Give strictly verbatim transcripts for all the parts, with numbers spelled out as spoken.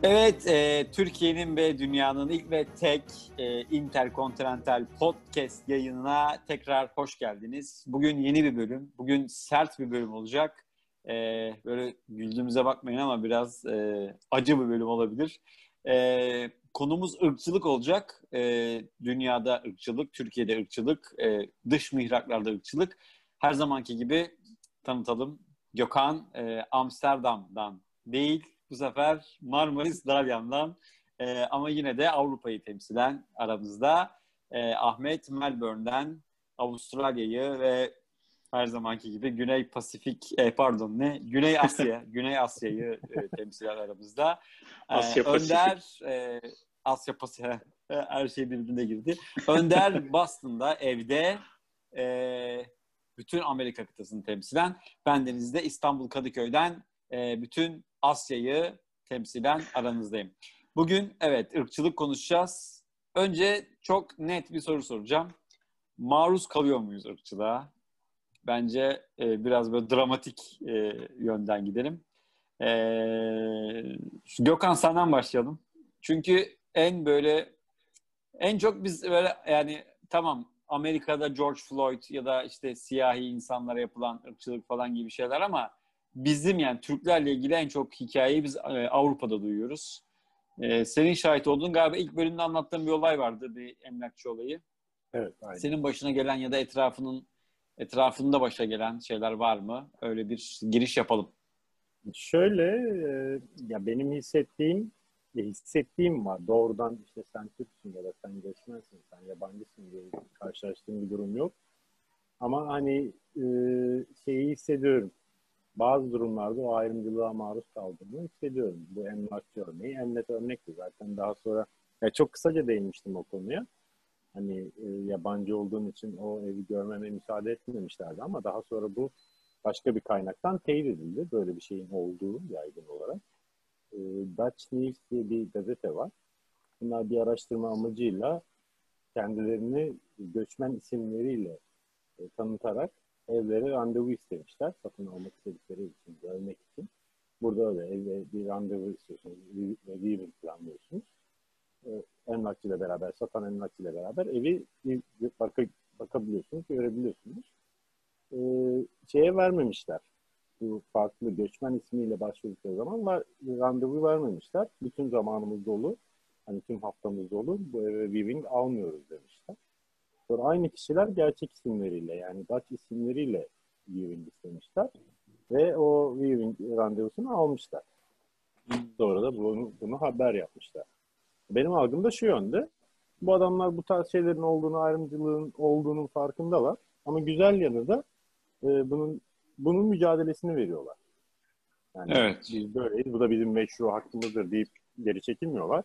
Evet, e, Türkiye'nin ve dünyanın ilk ve tek e, interkontinental podcast yayınına tekrar hoş geldiniz. Bugün yeni bir bölüm, bugün sert bir bölüm olacak. E, böyle güldüğümüze bakmayın ama biraz e, acı bir bölüm olabilir. E, konumuz ırkçılık olacak. E, dünyada ırkçılık, Türkiye'de ırkçılık, e, dış mihraklarda ırkçılık. Her zamanki gibi tanıtalım. Gökhan e, Amsterdam'dan değil. Bu sefer Marmaris Dalyan'dan e, ama yine de Avrupa'yı temsilen aramızda e, Ahmet Melbourne'den Avustralya'yı ve her zamanki gibi Güney Pasifik, e, pardon ne? Güney Asya, Güney Asya'yı e, temsilen aramızda. E, Asya Önder, e, Asya Pasifik, her şey birbirine girdi. Önder Boston'da evde e, bütün Amerika kıtasını temsilen. Bendeniz de İstanbul Kadıköy'den e, bütün Asya'yı temsilen aranızdayım. Bugün evet ırkçılık konuşacağız. Önce çok net bir soru soracağım. Maruz kalıyor muyuz ırkçılığa? Bence e, biraz böyle dramatik e, yönden gidelim. E, Gökhan senden başlayalım. Çünkü en böyle en çok biz böyle yani tamam Amerika'da George Floyd ya da işte siyahi insanlara yapılan ırkçılık falan gibi şeyler ama bizim yani Türklerle ilgili en çok hikayeyi biz e, Avrupa'da duyuyoruz. E, senin şahit olduğun galiba ilk bölümde anlattığım bir olay vardı, bir emlakçı olayı. Evet, aynen. Senin başına gelen ya da etrafının etrafında başa gelen şeyler var mı? Öyle bir giriş yapalım. Şöyle, e, ya benim hissettiğim, ya hissettiğim var. Doğrudan işte sen Türksün ya da sen göçmensin, sen yabancısın diye karşılaştığım bir durum yok. Ama hani e, şeyi hissediyorum. Bazı durumlarda o ayrımcılığa maruz kaldığımı hissediyorum. Bu emlakçı örneği en net örnekti zaten. Daha sonra ya çok kısaca değinmiştim o konuya. Hani e, yabancı olduğum için o evi görmeme müsaade etmemişlerdi ama daha sonra bu başka bir kaynaktan teyit edildi. Böyle bir şeyin olduğu yaygın olarak. E, Dutch News diye bir gazete var. Bunlar bir araştırma amacıyla kendilerini göçmen isimleriyle e, tanıtarak evlere randevu istemişler. Satın almak istedikleri için, görmek için. Burada öyle evde bir randevu istiyorsunuz ve viewing planlıyorsunuz. E, emlakçıyla beraber, satan emlakçıyla beraber evi bir baka, bakabiliyorsunuz, görebiliyorsunuz. E, şeye vermemişler. Bu farklı göçmen ismiyle başvurdukları zaman var, randevu vermemişler. Bütün zamanımız dolu. Hani tüm haftamız dolu. Bu eve viewing almıyoruz demişler. Sonra aynı kişiler gerçek isimleriyle yani Dutch isimleriyle viewing istemişler. Ve o viewing randevusunu almışlar. Sonra da bunu, bunu haber yapmışlar. Benim algım da şu yönde. Bu adamlar bu tarz şeylerin olduğunu, ayrımcılığın olduğunun farkındalar. Ama güzel yanı da e, bunun bunun mücadelesini veriyorlar. Yani Evet. biz böyleyiz, bu da bizim meşru hakkımızdır deyip geri çekilmiyorlar.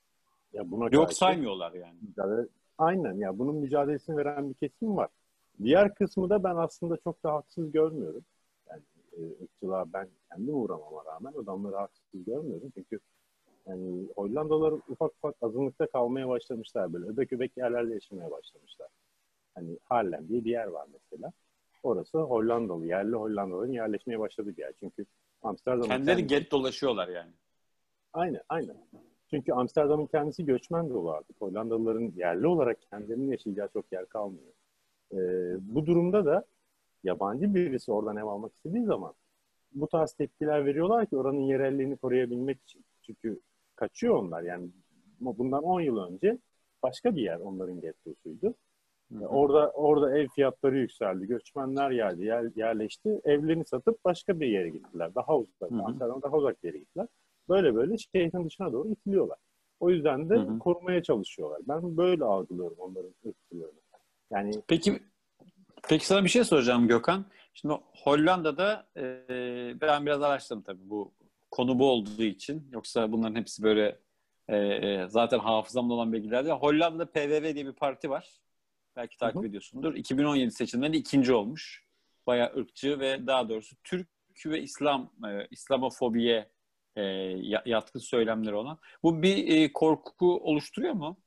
Ya buna Yok karşı saymıyorlar yani. mücadele, aynen ya bunun mücadelesini veren bir kesim var. Diğer kısmı da ben aslında çok da haksız görmüyorum. Yani e, ırkçılığa ben kendim uğramama rağmen adamları haksız görmüyorum. Çünkü yani Hollandalılar ufak ufak azınlıkta kalmaya başlamışlar böyle. Öbek öbek yerlerde yaşamaya başlamışlar. Hani Haarlem diye bir yer var mesela. Orası Hollandalı, yerli Hollandalıların yerleşmeye başladığı bir yer. Çünkü Amsterdam'ın Kendileri kendisi... get dolaşıyorlar yani. Aynen, aynen. Çünkü Amsterdam'ın kendisi göçmen dolu artık. Hollandalıların yerli olarak kendilerinin yaşayacağı çok yer kalmıyor. Ee, bu durumda da yabancı birisi oradan ev almak istediği zaman bu tarz tepkiler veriyorlar ki oranın yerelliğini koruyabilmek için. Çünkü kaçıyor onlar. Yani bundan on yıl önce başka bir yer onların gettosuydu. Hı hı. Orada orada ev fiyatları yükseldi. Göçmenler geldi, yer, yerleşti. Evlerini satıp başka bir yere gittiler. Daha uzak, Amsterdam'a daha uzak bir yere gittiler. Böyle böyle şehrin dışına doğru itiliyorlar. O yüzden de Hı hı. korumaya çalışıyorlar. Ben böyle algılıyorum onların ırkçılığını. Yani Peki Peki sana bir şey soracağım Gökhan. Şimdi Hollanda'da e, ben biraz araştırdım tabii bu konu bu olduğu için. Yoksa bunların hepsi böyle e, e, zaten hafızamda olan bilgiler değil. Hollanda'da P V V diye bir parti var. Belki hı takip hı, ediyorsundur. iki bin on yedi seçimlerinde ikinci olmuş. Bayağı ırkçı ve daha doğrusu Türk ve İslam e, İslamofobiye e, yatkın söylemleri olan. Bu bir e, korku oluşturuyor mu?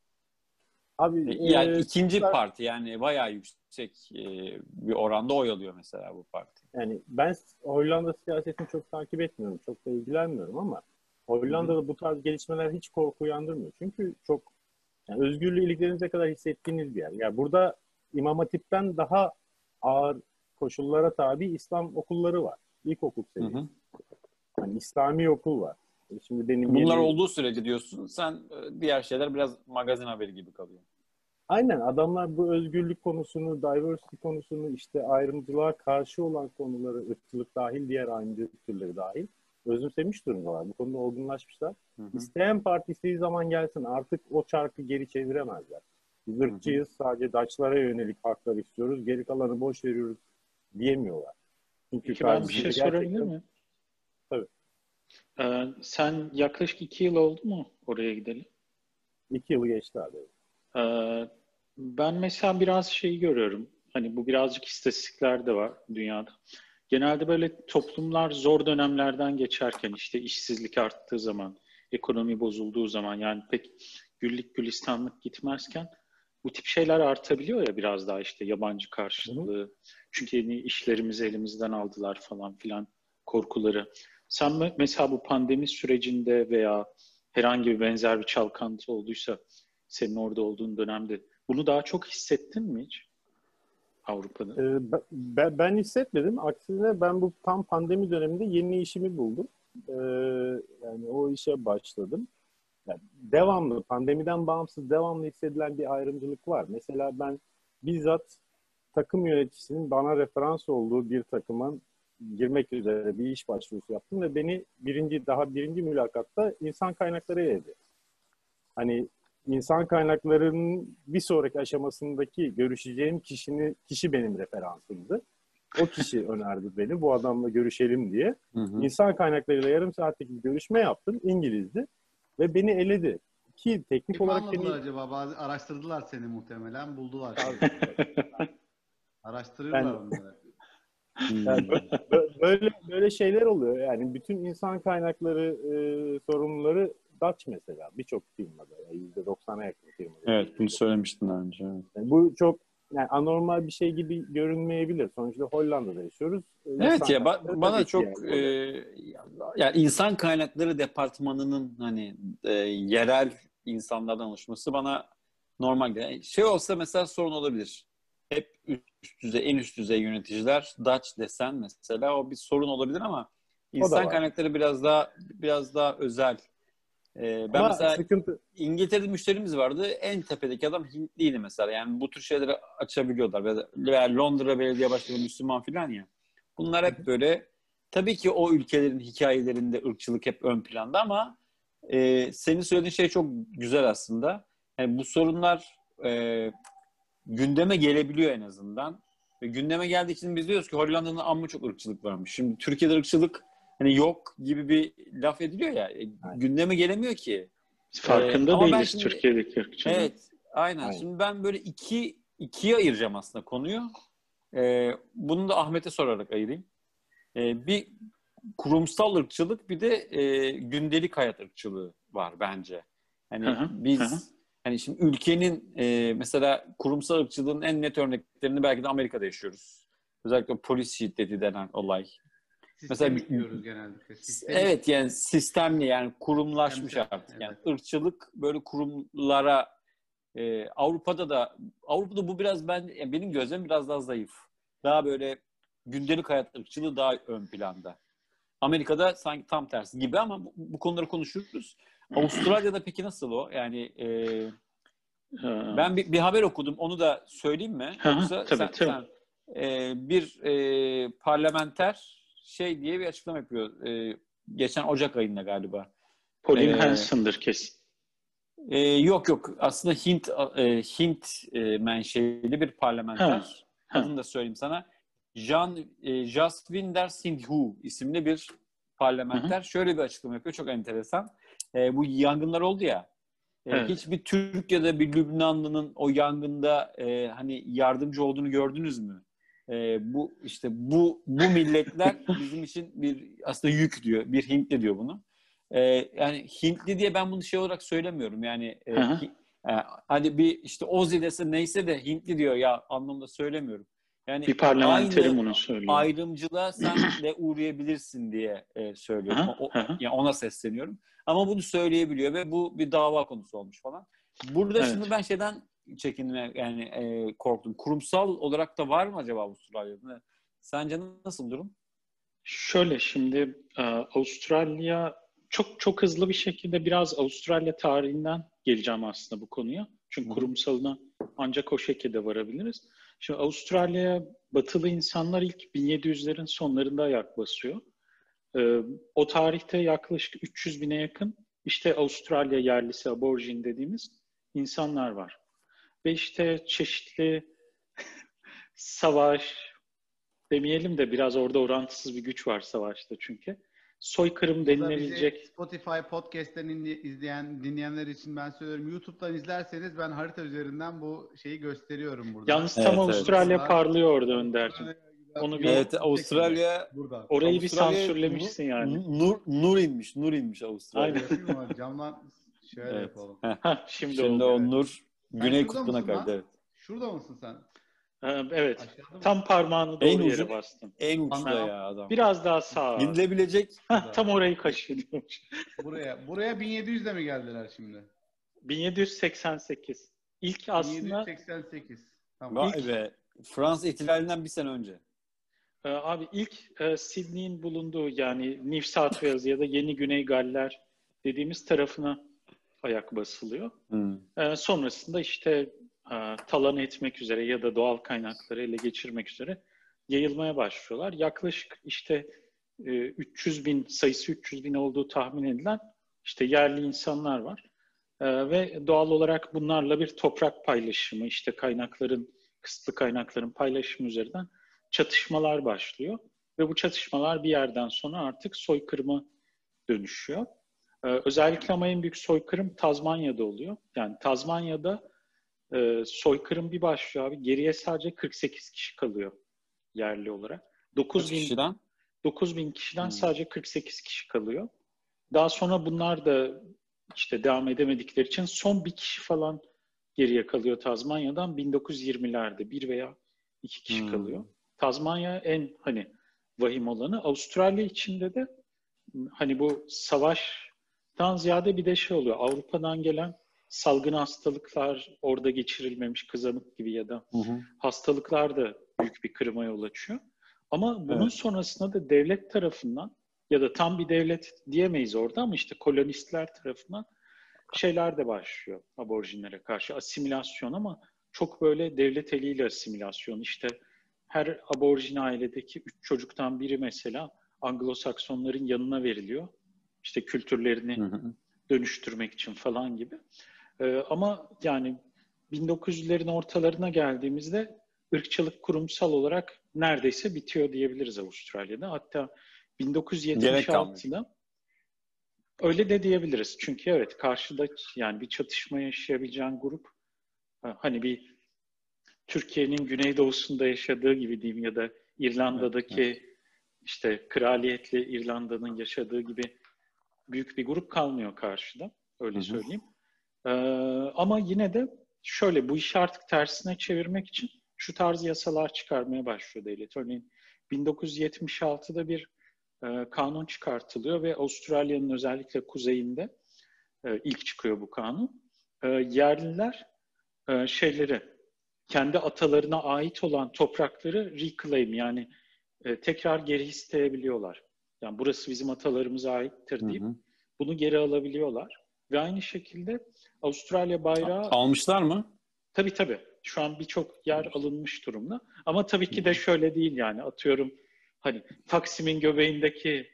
abi Yani e, ikinci parti yani bayağı yüksek e, bir oranda oy alıyor mesela bu parti. yani ben Hollanda siyasetini çok takip etmiyorum, çok da ilgilenmiyorum ama Hollanda'da bu tarz gelişmeler hiç korku uyandırmıyor. Çünkü çok yani özgürlüğü iliklerinize kadar hissettiğiniz bir yer. Yani burada İmam Hatip'ten daha ağır koşullara tabi İslam okulları var. İlkokul Hı seviyesi. hı. Yani İslami okul var. E Şimdi benim Bunlar yeni... olduğu sürece diyorsun, sen e, diğer şeyler biraz magazin haberi gibi kalıyor. Aynen adamlar bu özgürlük konusunu, diversity konusunu, işte ayrımcılığa karşı olan konuları, ırkçılık dahil, diğer ayrımcılık türleri dahil özümsemiş durumdalar. Bu konuda olgunlaşmışlar. Hı hı. İsteyen parti istediği zaman gelsin. Artık o çarkı geri çeviremezler. Biz ırkçıyız, sadece Daçlara yönelik haklar istiyoruz, geri kalanı boş veriyoruz diyemiyorlar. Çünkü Peki ben bir şey karşısında sorabilir gerçekten... miyim? Tabii. Ee, sen yaklaşık iki yıl oldu mu oraya gidelim? İki yılı geçti abi. Ee, ben mesela biraz şeyi görüyorum. Hani bu birazcık istatistikler de var dünyada. Genelde böyle toplumlar zor dönemlerden geçerken, işte işsizlik arttığı zaman, ekonomi bozulduğu zaman, yani pek güllük gülistanlık gitmezken bu tip şeyler artabiliyor ya, biraz daha işte yabancı karşıtlığı. Çünkü yeni işlerimizi elimizden aldılar falan filan korkuları. Sen me- mesela bu pandemi sürecinde veya herhangi bir benzer bir çalkantı olduysa senin orada olduğun dönemde bunu daha çok hissettin mi hiç Avrupa'da? Ee, be- be- ben hissetmedim. Aksine ben bu tam pandemi döneminde yeni işimi buldum. Ee, yani o işe başladım. Yani devamlı, pandemiden bağımsız devamlı hissedilen bir ayrımcılık var. Mesela ben bizzat takım yöneticisinin bana referans olduğu bir takıma girmek üzere bir iş başvurusu yaptım ve beni birinci daha birinci mülakatta insan kaynakları eledi. Hani insan kaynaklarının bir sonraki aşamasındaki görüşeceğim kişinin kişi benim referansımdı. O kişi önerdi beni bu adamla görüşelim diye. Hı hı. İnsan kaynaklarıyla yarım saatlik bir görüşme yaptım. İngilizdi. Ve beni eledi. Ki teknik Kim olarak anladılar beni... acaba? Bazı araştırdılar seni muhtemelen. Buldular Tabii, seni. tabii. Araştırıyorlar Yani, onları. yani bö- böyle böyle şeyler oluyor. Yani bütün insan kaynakları e, sorumluları Dutch mesela. Birçok firmada. Yani yüzde doksana yakın firmada. Evet, bunu söylemiştin daha önce. Evet. Yani bu çok yani anormal bir şey gibi görünmeyebilir. Sonuçta Hollanda'da yaşıyoruz. E, Evet İnsan ya, ba- kaynakları bana tabii ki çok yani e, böyle. yani insan kaynakları departmanının hani e, yerel insanlardan oluşması bana normal geliyor. Şey olsa mesela sorun olabilir. Hep üst düzey, en üst düzey yöneticiler Dutch desen mesela, o bir sorun olabilir ama O da insan var. kaynakları biraz daha biraz daha özel. E, ben Ama mesela sıkıntı İngiltere'de müşterimiz vardı. En tepedeki adam Hintliydi mesela. Yani bu tür şeyleri açabiliyorlar. Veya veya Londra Belediye Başkanı Müslüman falan ya. Bunlar hep böyle, tabii ki o ülkelerin hikayelerinde ırkçılık hep ön planda ama e, senin söylediğin şey çok güzel aslında. Yani bu sorunlar e, gündeme gelebiliyor en azından. Ve gündeme geldiği için biz diyoruz ki Hollanda'da amma çok ırkçılık varmış. Şimdi Türkiye'de ırkçılık hani yok gibi bir laf ediliyor ya. E, gündeme gelemiyor ki. Farkında Ee, ama ben değiliz şimdi Türkiye'deki ırkçılığın. evet, aynen. aynen. Şimdi ben böyle iki ikiye ayıracağım aslında konuyu. Ee, bunu da Ahmet'e sorarak ayırayım. Ee, bir kurumsal ırkçılık, bir de e, gündelik hayat ırkçılığı var bence. Hı Hani hı, hı hı. biz hani şimdi ülkenin e, mesela kurumsal ırkçılığın en net örneklerini belki de Amerika'da yaşıyoruz. Özellikle polis şiddeti denen olay. Mesela Sistemik diyoruz genellikle. Sistemik, evet, yani sistemli, yani kurumlaşmış sistemsel. artık. Yani Evet. ırkçılık böyle kurumlara e, Avrupa'da da Avrupa'da bu biraz, ben yani benim gözlemim biraz daha zayıf. Daha böyle gündelik hayat ırkçılığı daha ön planda. Amerika'da sanki tam tersi gibi ama bu, bu konuları konuşuruz. Avustralya'da peki nasıl o? Yani e, Ee, ben bir, bir haber okudum. Onu da söyleyeyim mi? hı hı, Yoksa tabii sen tabii. sen e, bir e, parlamenter şey diye bir açıklama yapıyor. E, geçen Ocak ayında galiba. Pauline E, Hanson'dır kesin. e, yok yok. Aslında Hint e, Hint e, menşeli bir Ha, parlamenter. ha. Adını da söyleyeyim sana. Jan e, Jaswinder Sindhu isimli bir Hı hı. parlamenter. Şöyle bir açıklama yapıyor. Çok enteresan. E, bu yangınlar oldu ya. E, Evet. hiçbir Türk ya da bir Lübnanlı'nın o yangında e, hani yardımcı olduğunu gördünüz mü? E, bu işte bu bu milletler bizim için bir aslında yük diyor. Bir Hintli diyor bunu. E, yani Hintli diye ben bunu şey olarak söylemiyorum. Yani e, Hı hı. hi, e, hani bir işte Ozi dese neyse de Hintli diyor ya anlamında söylemiyorum. Yani Bir parlamenterim aynı bunu söylüyor. ayrımcılığa sen de uğrayabilirsin diye e, söylüyorum. Aha, O, aha. yani ona sesleniyorum. Ama bunu söyleyebiliyor ve bu bir dava konusu olmuş falan. Burada Evet. şimdi ben şeyden çekinme yani e, korktum. Kurumsal olarak da var mı acaba Avustralya'da? Sence nasıl durum? Şöyle şimdi e, Avustralya çok çok hızlı bir şekilde biraz Avustralya tarihinden geleceğim aslında bu konuya. Çünkü Hı hı. kurumsalına ancak o şekilde varabiliriz. Şimdi Avustralya'ya batılı insanlar ilk bin yedi yüzlerin sonlarında ayak basıyor. E, o tarihte yaklaşık üç yüz bine yakın işte Avustralya yerlisi, aborjin dediğimiz insanlar var. Ve işte çeşitli savaş demeyelim de biraz orada orantısız bir güç var savaşta çünkü. Soykırım Burada bizi denilebilecek. Spotify podcast'ten inli- izleyen dinleyenler için ben söylüyorum. YouTube'dan izlerseniz ben harita üzerinden bu şeyi gösteriyorum burada. Yalnız tam Evet, evet. Avustralya Buralar- parlıyor orada Önder'cim. Onu bir- Evet, Bu Avustralya şekilde, burada. Orayı bir Avustralya sansürlemişsin yani. nu- Nur, nur inmiş, nur inmiş Avustralya. Aynen. Yapayım mı? Camdan şöyle Evet. yapalım. Heh. Hah, şimdi, Şimdi oldu. o Evet. nur Sen Güney şurada Kutbu'na mısın kaydı. lan? Evet. Şurada mısın sen? Ha, evet. Aşağıda mı? Tam parmağını En doğru ucu, yere bastın. en uçta Tamam. ya adam. Biraz daha sağa. Gidilebilecek. Hah, tam orayı kaşıyormuş. Buraya. Buraya bin yedi yüzde mi geldiler şimdi? bin yedi yüz seksen sekiz. İlk aslında bin yedi yüz seksen sekiz. Tamam. Vay be. Fransa ihtilalinden bir sene önce. e, abi ilk e, Sydney'in bulunduğu yani New South Wales ya da Yeni Güney Galler dediğimiz tarafına ayak basılıyor. Hmm. E, sonrasında işte e, talan etmek üzere ya da doğal kaynakları ele geçirmek üzere yayılmaya başlıyorlar. Yaklaşık işte e, üç yüz bin sayısı üç yüz bin olduğu tahmin edilen işte yerli insanlar var. E, ve doğal olarak bunlarla bir toprak paylaşımı, işte kaynakların, kısıtlı kaynakların paylaşımı üzerinden çatışmalar başlıyor. Ve bu çatışmalar bir yerden sonra artık soykırıma dönüşüyor. Ee, özellikle ama en büyük soykırım Tazmanya'da oluyor. Yani Tazmanya'da e, soykırım bir başlıyor abi. Geriye sadece kırk sekiz kişi kalıyor yerli olarak. dokuz Kaç bin, kişiden? dokuz bin kişiden Hmm. sadece kırk sekiz kişi kalıyor. Daha sonra bunlar da işte devam edemedikleri için son bir kişi falan geriye kalıyor Tazmanya'dan. bin dokuz yüz yirmilerde bir veya iki kişi Hmm. kalıyor. Tazmanya en hani vahim olanı. Avustralya içinde de hani bu savaştan ziyade bir de şey oluyor. Avrupa'dan gelen salgın hastalıklar, orada geçirilmemiş kızamık gibi ya da Hı hı. hastalıklar da büyük bir kırıma yol açıyor. Ama bunun Evet. sonrasında da devlet tarafından ya da tam bir devlet diyemeyiz orada ama işte kolonistler tarafından şeyler de başlıyor aborjinlere karşı. Asimilasyon ama çok böyle devlet eliyle asimilasyon. İşte her aborjin ailedeki üç çocuktan biri mesela Anglo-Saksonların yanına veriliyor. İşte kültürlerini Hı hı. dönüştürmek için falan gibi. Ee, ama yani bin dokuz yüzlerin ortalarına geldiğimizde ırkçılık kurumsal olarak neredeyse bitiyor diyebiliriz Avustralya'da. Hatta bin dokuz yüz yetmiş altıda öyle de diyebiliriz. Çünkü evet karşıda yani bir çatışma yaşayabileceğin grup hani bir Türkiye'nin güneydoğusunda yaşadığı gibi diyeyim ya da İrlanda'daki Evet, evet. işte kraliyetli İrlanda'nın yaşadığı gibi büyük bir grup kalmıyor karşıda. Öyle Hı hı. söyleyeyim. Ee, ama yine de şöyle bu işi artık tersine çevirmek için şu tarz yasalar çıkarmaya başlıyor devlet. Örneğin bin dokuz yüz yetmiş altıda bir e, kanun çıkartılıyor ve Avustralya'nın özellikle kuzeyinde e, ilk çıkıyor bu kanun. E, yerliler e, şeyleri kendi atalarına ait olan toprakları reclaim yani e, tekrar geri isteyebiliyorlar. Yani burası bizim atalarımıza aittir deyip Hı hı. bunu geri alabiliyorlar. Ve aynı şekilde Avustralya bayrağı Almışlar mı? tabii tabii şu an birçok yer alınmış durumda. Ama tabii ki de şöyle değil yani atıyorum hani Taksim'in göbeğindeki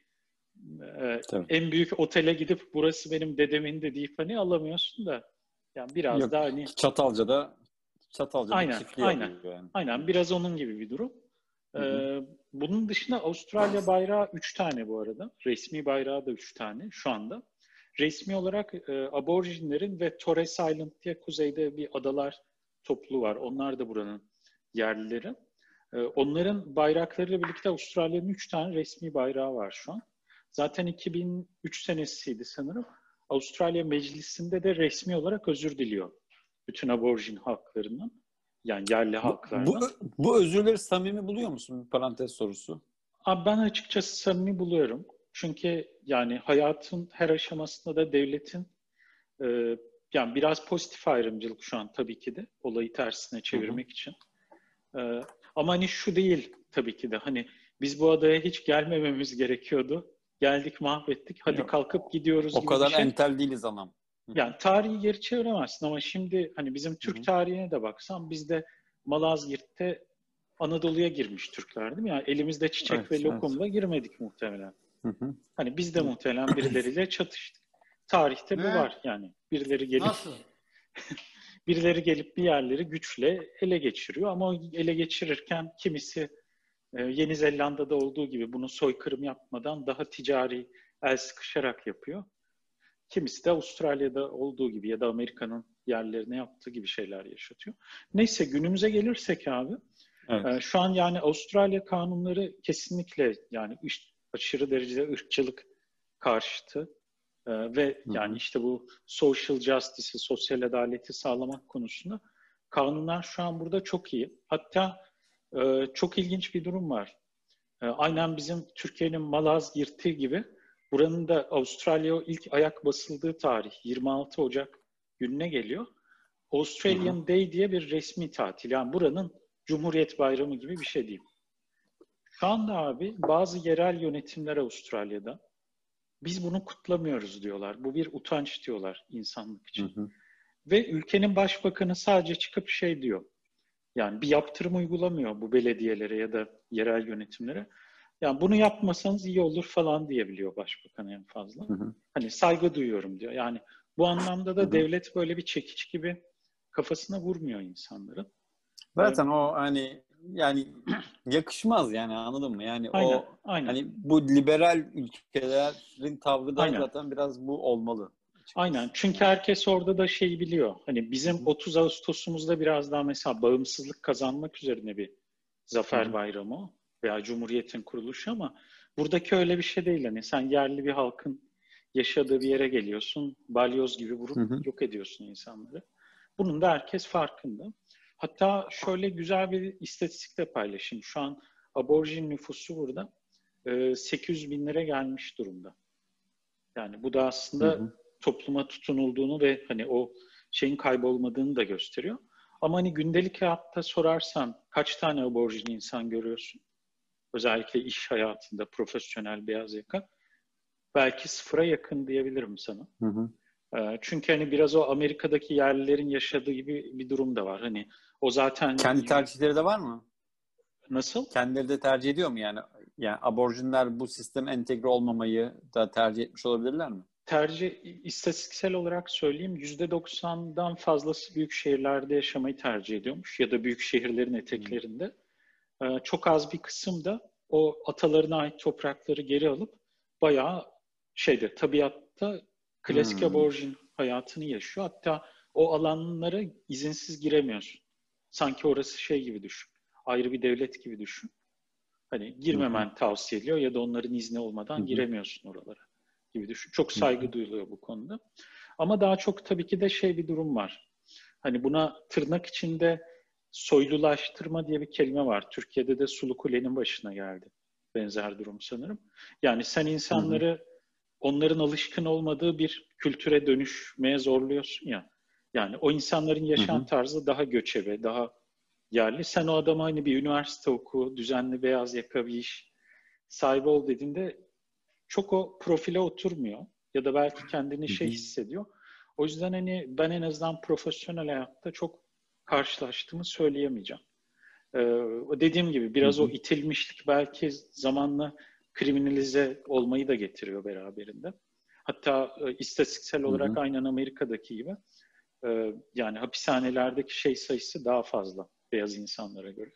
e, Tabii. en büyük otele gidip burası benim dedemin de deyip hani alamıyorsun da yani biraz Yok. daha hani Çatalca'da Çatalca'da aynen çiftliği aynen alıyor yani. aynen biraz onun gibi bir durum. Hı hı. Ee, bunun dışında Avustralya bayrağı üç tane bu arada. Resmi bayrağı da üç tane şu anda. Resmi olarak e, aborjinlerin ve Torres Island diye kuzeyde bir adalar topluluğu var. Onlar da buranın yerlileri. E, onların bayraklarıyla birlikte Avustralya'nın üç tane resmi bayrağı var şu an. Zaten iki bin üç senesiydi sanırım. Avustralya Meclisi'nde de resmi olarak özür diliyor bütün aborjin halklarından. Yani yerli halklardan. Bu, bu özürleri samimi buluyor musun? Bir parantez sorusu. Abi ben açıkçası samimi buluyorum. Çünkü yani hayatın her aşamasında da devletin e, yani biraz pozitif ayrımcılık şu an tabii ki de olayı tersine çevirmek hı hı. için. E, ama hani şu değil tabii ki de hani biz bu adaya hiç gelmememiz gerekiyordu. Geldik mahvettik. Hadi Yok. kalkıp gidiyoruz o gibi kadar bir şey. entel değiliz anam. Yani tarihi geri çeviremezsin ama şimdi hani bizim Türk hı hı. tarihine de baksan bizde Malazgirt'te Anadolu'ya girmiş Türkler değil mi? Yani elimizde çiçek evet, ve lokumla evet. girmedik muhtemelen. Hı hı. Hani biz de muhtemelen birileriyle çatıştık. Tarihte ne? Bu var yani. Birileri gelip Nasıl? birileri gelip bir yerleri güçle ele geçiriyor ama o ele geçirirken kimisi e, Yeni Zelanda'da olduğu gibi bunu soykırım yapmadan daha ticari el sıkışarak yapıyor. Kimisi de Avustralya'da olduğu gibi ya da Amerika'nın yerlerine yaptığı gibi şeyler yaşatıyor. Neyse günümüze gelirsek abi evet. Şu an yani Avustralya kanunları kesinlikle yani aşırı derecede ırkçılık karşıtı ve hı hı. yani işte bu social justice'i, sosyal adaleti sağlamak konusunda kanunlar şu an burada çok iyi. Hatta çok ilginç bir durum var. Aynen bizim Türkiye'nin Malazgirt'i gibi buranın da Avustralya'ya ilk ayak basıldığı tarih yirmi altı Ocak gününe geliyor. Australian hı hı. Day diye bir resmi tatil. Yani buranın Cumhuriyet Bayramı gibi bir şey diyeyim. Şu anda abi bazı yerel yönetimler Avustralya'da biz bunu kutlamıyoruz diyorlar. Bu bir utanç diyorlar insanlık için. Hı hı. Ve ülkenin başbakanı sadece çıkıp şey diyor. Yani bir yaptırım uygulamıyor bu belediyelere ya da yerel yönetimlere. Yani bunu yapmasanız iyi olur falan diyebiliyor başbakan en fazla. Hı hı. Hani saygı duyuyorum diyor. Yani bu anlamda da hı hı. devlet böyle bir çekiç gibi kafasına vurmuyor insanların. Zaten o hani yani yakışmaz yani anladın mı? Yani aynen, o aynen. hani bu liberal ülkelerin tavrı da aynen. zaten biraz bu olmalı. Açıkçası. Aynen. Çünkü herkes orada da şeyi biliyor. Hani bizim Hı-hı. otuz Ağustos'umuzda biraz daha mesela bağımsızlık kazanmak üzerine bir zafer Hı-hı. bayramı veya Cumhuriyet'in kuruluşu ama buradaki öyle bir şey değil. Hani sen yerli bir halkın yaşadığı bir yere geliyorsun, balyoz gibi vurup Hı-hı. yok ediyorsun insanları. Bunun da herkes farkında. Hatta şöyle güzel bir istatistik de paylaşayım. Şu an aborjin nüfusu burada sekiz yüz binlere gelmiş durumda. Yani bu da aslında hı hı. topluma tutunulduğunu ve hani o şeyin kaybolmadığını da gösteriyor. Ama hani gündelik hayatta sorarsan kaç tane aborjin insan görüyorsun? Özellikle iş hayatında profesyonel beyaz yaka. Belki sıfıra yakın diyebilirim sana. Hı hı. Çünkü hani biraz o Amerika'daki yerlilerin yaşadığı gibi bir durum da var. Hani o zaten... Kendi tercihleri de var mı? Nasıl? Kendileri de tercih ediyor mu yani? Yani aborjinler bu sisteme entegre olmamayı da tercih etmiş olabilirler mi? Tercih, istatistiksel olarak söyleyeyim yüzde doksandan fazlası büyük şehirlerde yaşamayı tercih ediyormuş ya da büyük şehirlerin eteklerinde. Hmm. Çok az bir kısım da o atalarına ait toprakları geri alıp bayağı şeyde tabiatta klasik hmm. aborjin hayatını yaşıyor. Hatta o alanlara izinsiz giremiyorsun. Sanki orası şey gibi düşün. Ayrı bir devlet gibi düşün. Hani girmemen hmm. tavsiye ediliyor ya da onların izni olmadan hmm. giremiyorsun oralara gibi düşün. Çok saygı duyuluyor bu konuda. Ama daha çok tabii ki de şey bir durum var. Hani buna tırnak içinde soylulaştırma diye bir kelime var. Türkiye'de de Sulu Kule'nin başına geldi. Benzer durum sanırım. Yani sen insanları hı hı. onların alışkın olmadığı bir kültüre dönüşmeye zorluyorsun ya. Yani o insanların yaşam hı hı. tarzı daha göçebe, daha yerli. Sen o adama hani bir üniversite oku, düzenli beyaz yaka bir iş sahibi ol dediğinde çok o profile oturmuyor. Ya da belki kendini şey hissediyor. O yüzden hani ben en azından profesyonel hayatta çok karşılaştığımı söyleyemeyeceğim. Ee, dediğim gibi biraz hı hı. o itilmişlik belki zamanla kriminalize olmayı da getiriyor beraberinde. Hatta e, istatistiksel olarak hı hı. aynen Amerika'daki gibi e, yani hapishanelerdeki şey sayısı daha fazla beyaz insanlara göre.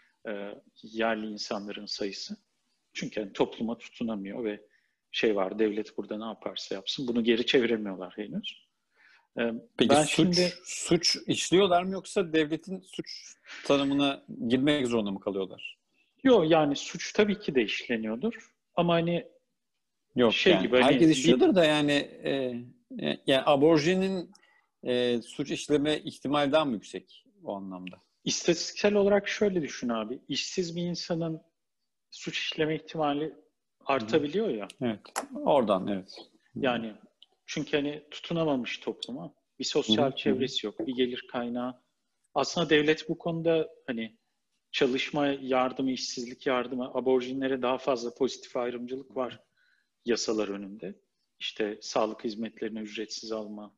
E, yerli insanların sayısı. Çünkü yani topluma tutunamıyor ve şey var, devlet burada ne yaparsa yapsın. Bunu geri çeviremiyorlar henüz. Ee, Peki ben suç, şimdi suç işliyorlar mı yoksa devletin suç tanımına girmek zorunda mı kalıyorlar? Yok yani suç tabii ki de işleniyordur. Ama hani Yok şey yani gibi hani herkes işliyordur bir... da yani e, yani aborjinin e, suç işleme ihtimali daha mı yüksek o anlamda? İstatistiksel olarak şöyle düşün abi. İşsiz bir insanın suç işleme ihtimali artabiliyor ya. Evet. Oradan evet. Yani çünkü hani tutunamamış topluma. Bir sosyal Hı hı. çevresi yok. Bir gelir kaynağı. Aslında devlet bu konuda hani çalışma yardımı, işsizlik yardımı, aborjinlere daha fazla pozitif ayrımcılık var yasalar önünde. İşte sağlık hizmetlerini ücretsiz alma,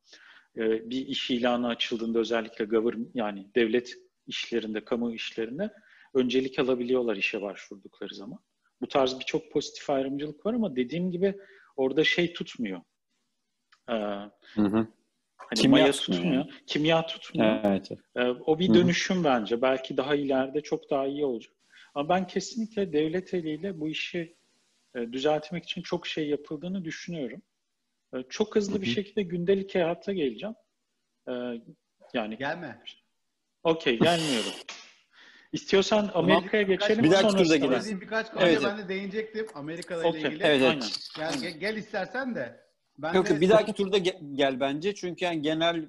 e, bir iş ilanı açıldığında özellikle government yani devlet işlerinde, kamu işlerinde öncelik alabiliyorlar işe başvurdukları zaman. Bu tarz birçok pozitif ayrımcılık var ama dediğim gibi orada şey tutmuyor. Ee, Hı hı. hani Kimya maya tutmuyor tutmuyor, yani. kimya tutmuyor. Evet. Ee, o bir Hı hı. dönüşüm bence. Belki daha ileride çok daha iyi olacak. Ama ben kesinlikle devlet eliyle bu işi e, düzeltmek için çok şey yapıldığını düşünüyorum. E, çok hızlı Hı bir hı. şekilde gündelik hayata geleceğim. E, yani Gelme. okey gelmiyorum. İstiyorsan Tamam. Amerika'ya geçelim Bir dahaki turda sonrasında. gelirsin. Söylediğim birkaç konuya Evet. ben de değinecektim Amerika ile Okey, ilgili. Evet, aynen. evet. Yani aynen. gel, gel istersen de. Ben Yok de bir dahaki turda ge- gel bence. Çünkü yani genel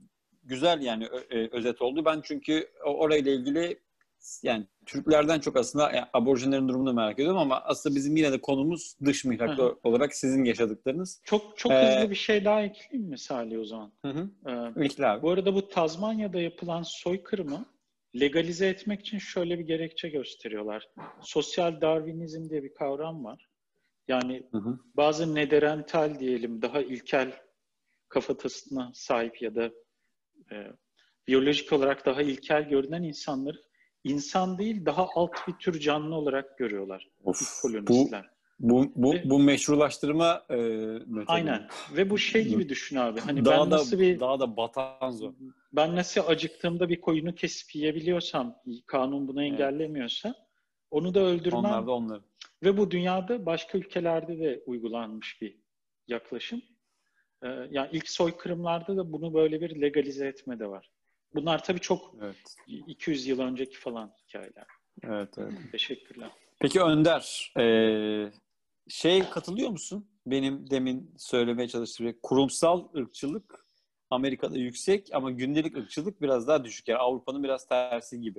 güzel yani ö- e, özet oldu. Ben çünkü o- orayla ilgili yani Türklerden çok aslında yani aborjinlerin durumunu merak ediyorum ama aslında bizim yine de konumuz dış Hı hı. mihrak olarak sizin yaşadıklarınız. Çok çok Ee, hızlı bir şey daha ekleyeyim mi Salih o zaman? hı hı. Ee, İlkli abi. bu arada bu Tazmanya'da yapılan soykırımı legalize etmek için şöyle bir gerekçe gösteriyorlar. Sosyal Darwinizm diye bir kavram var. Yani Hı hı. bazı nederental diyelim daha ilkel kafatasına sahip ya da e, biyolojik olarak daha ilkel görünen insanları insan değil daha alt bir tür canlı olarak görüyorlar. Of, İlk bu kolonistler. bu bu Ve bu meşrulaştırma e, metodu. aynen. Ve bu şey gibi düşün abi. Hani Daha ben da nasıl bir daha da batanzo. ben nasıl acıktığımda bir koyunu kesip yiyebiliyorsam, kanun bunu Evet. engellemiyorsa onu da öldürmem. Onlar da onların. Ve bu dünyada başka ülkelerde de uygulanmış bir yaklaşım. Ee, yani ilk soykırımlarda da bunu böyle bir legalize etme de var. Bunlar tabii çok Evet. iki yüz yıl önceki falan hikayeler. Evet, evet. Teşekkürler. Peki Önder, e, şey katılıyor musun? Benim demin söylemeye çalıştığım şey, kurumsal ırkçılık Amerika'da yüksek ama gündelik ırkçılık biraz daha düşük. Yani Avrupa'nın biraz tersi gibi.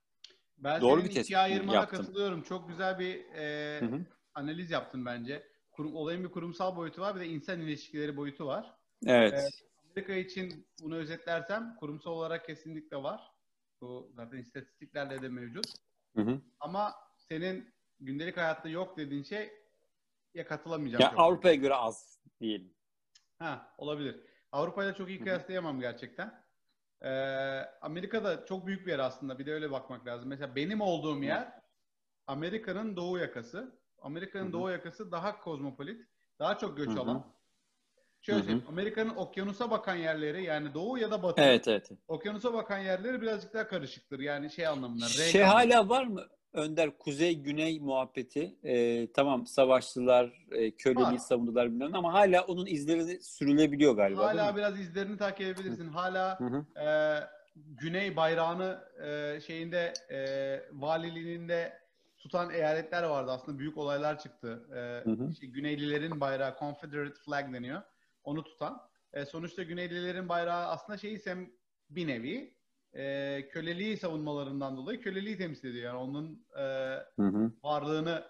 ben Doğru senin bir ikiye tespit mi ayırmana yaptım? katılıyorum. Çok güzel bir e, Hı hı. analiz yaptın bence. Kurum, olayın bir kurumsal boyutu var, bir de insan ilişkileri boyutu var. E, Evet. Amerika için bunu özetlersem kurumsal olarak kesinlikle var. Bu zaten istatistiklerle de mevcut. Hı hı. Ama senin gündelik hayatta yok dediğin şey ya katılamayacağım Yani çok. Avrupa'ya göre az diyelim. Ha, olabilir. Avrupa'yla çok iyi Hı hı. kıyaslayamam gerçekten. Ee, Amerika'da çok büyük bir yer aslında. Bir de öyle bakmak lazım. Mesela benim olduğum Hı yer Amerika'nın doğu yakası. Amerika'nın hı. doğu yakası daha kozmopolit, daha çok Hı göç hı. alan. Hı Şöyle hı. söyleyeyim, Amerika'nın okyanusa bakan yerleri yani doğu ya da batı. Evet, evet. Okyanusa bakan yerleri birazcık daha karışıktır. Yani şey anlamında, renk Şey anlamında. hala var mı Önder kuzey-güney muhabbeti? Ee, tamam savaştılar, e, köleliği Var. savundular bilmem ama hala onun izleri sürülebiliyor galiba değil Hala mi? biraz izlerini takip edebilirsin. Hı Hala hı. e, Güney bayrağını e, şeyinde e, valiliğinde tutan eyaletler vardı. Aslında büyük olaylar çıktı. E, Hı hı. işte Güneylilerin bayrağı Confederate flag deniyor. Onu tutan. E, sonuçta Güneylilerin bayrağı aslında şeyi sem bir nevi e, köleliği savunmalarından dolayı köleliği temsil ediyor. Yani onun e, Hı hı. varlığını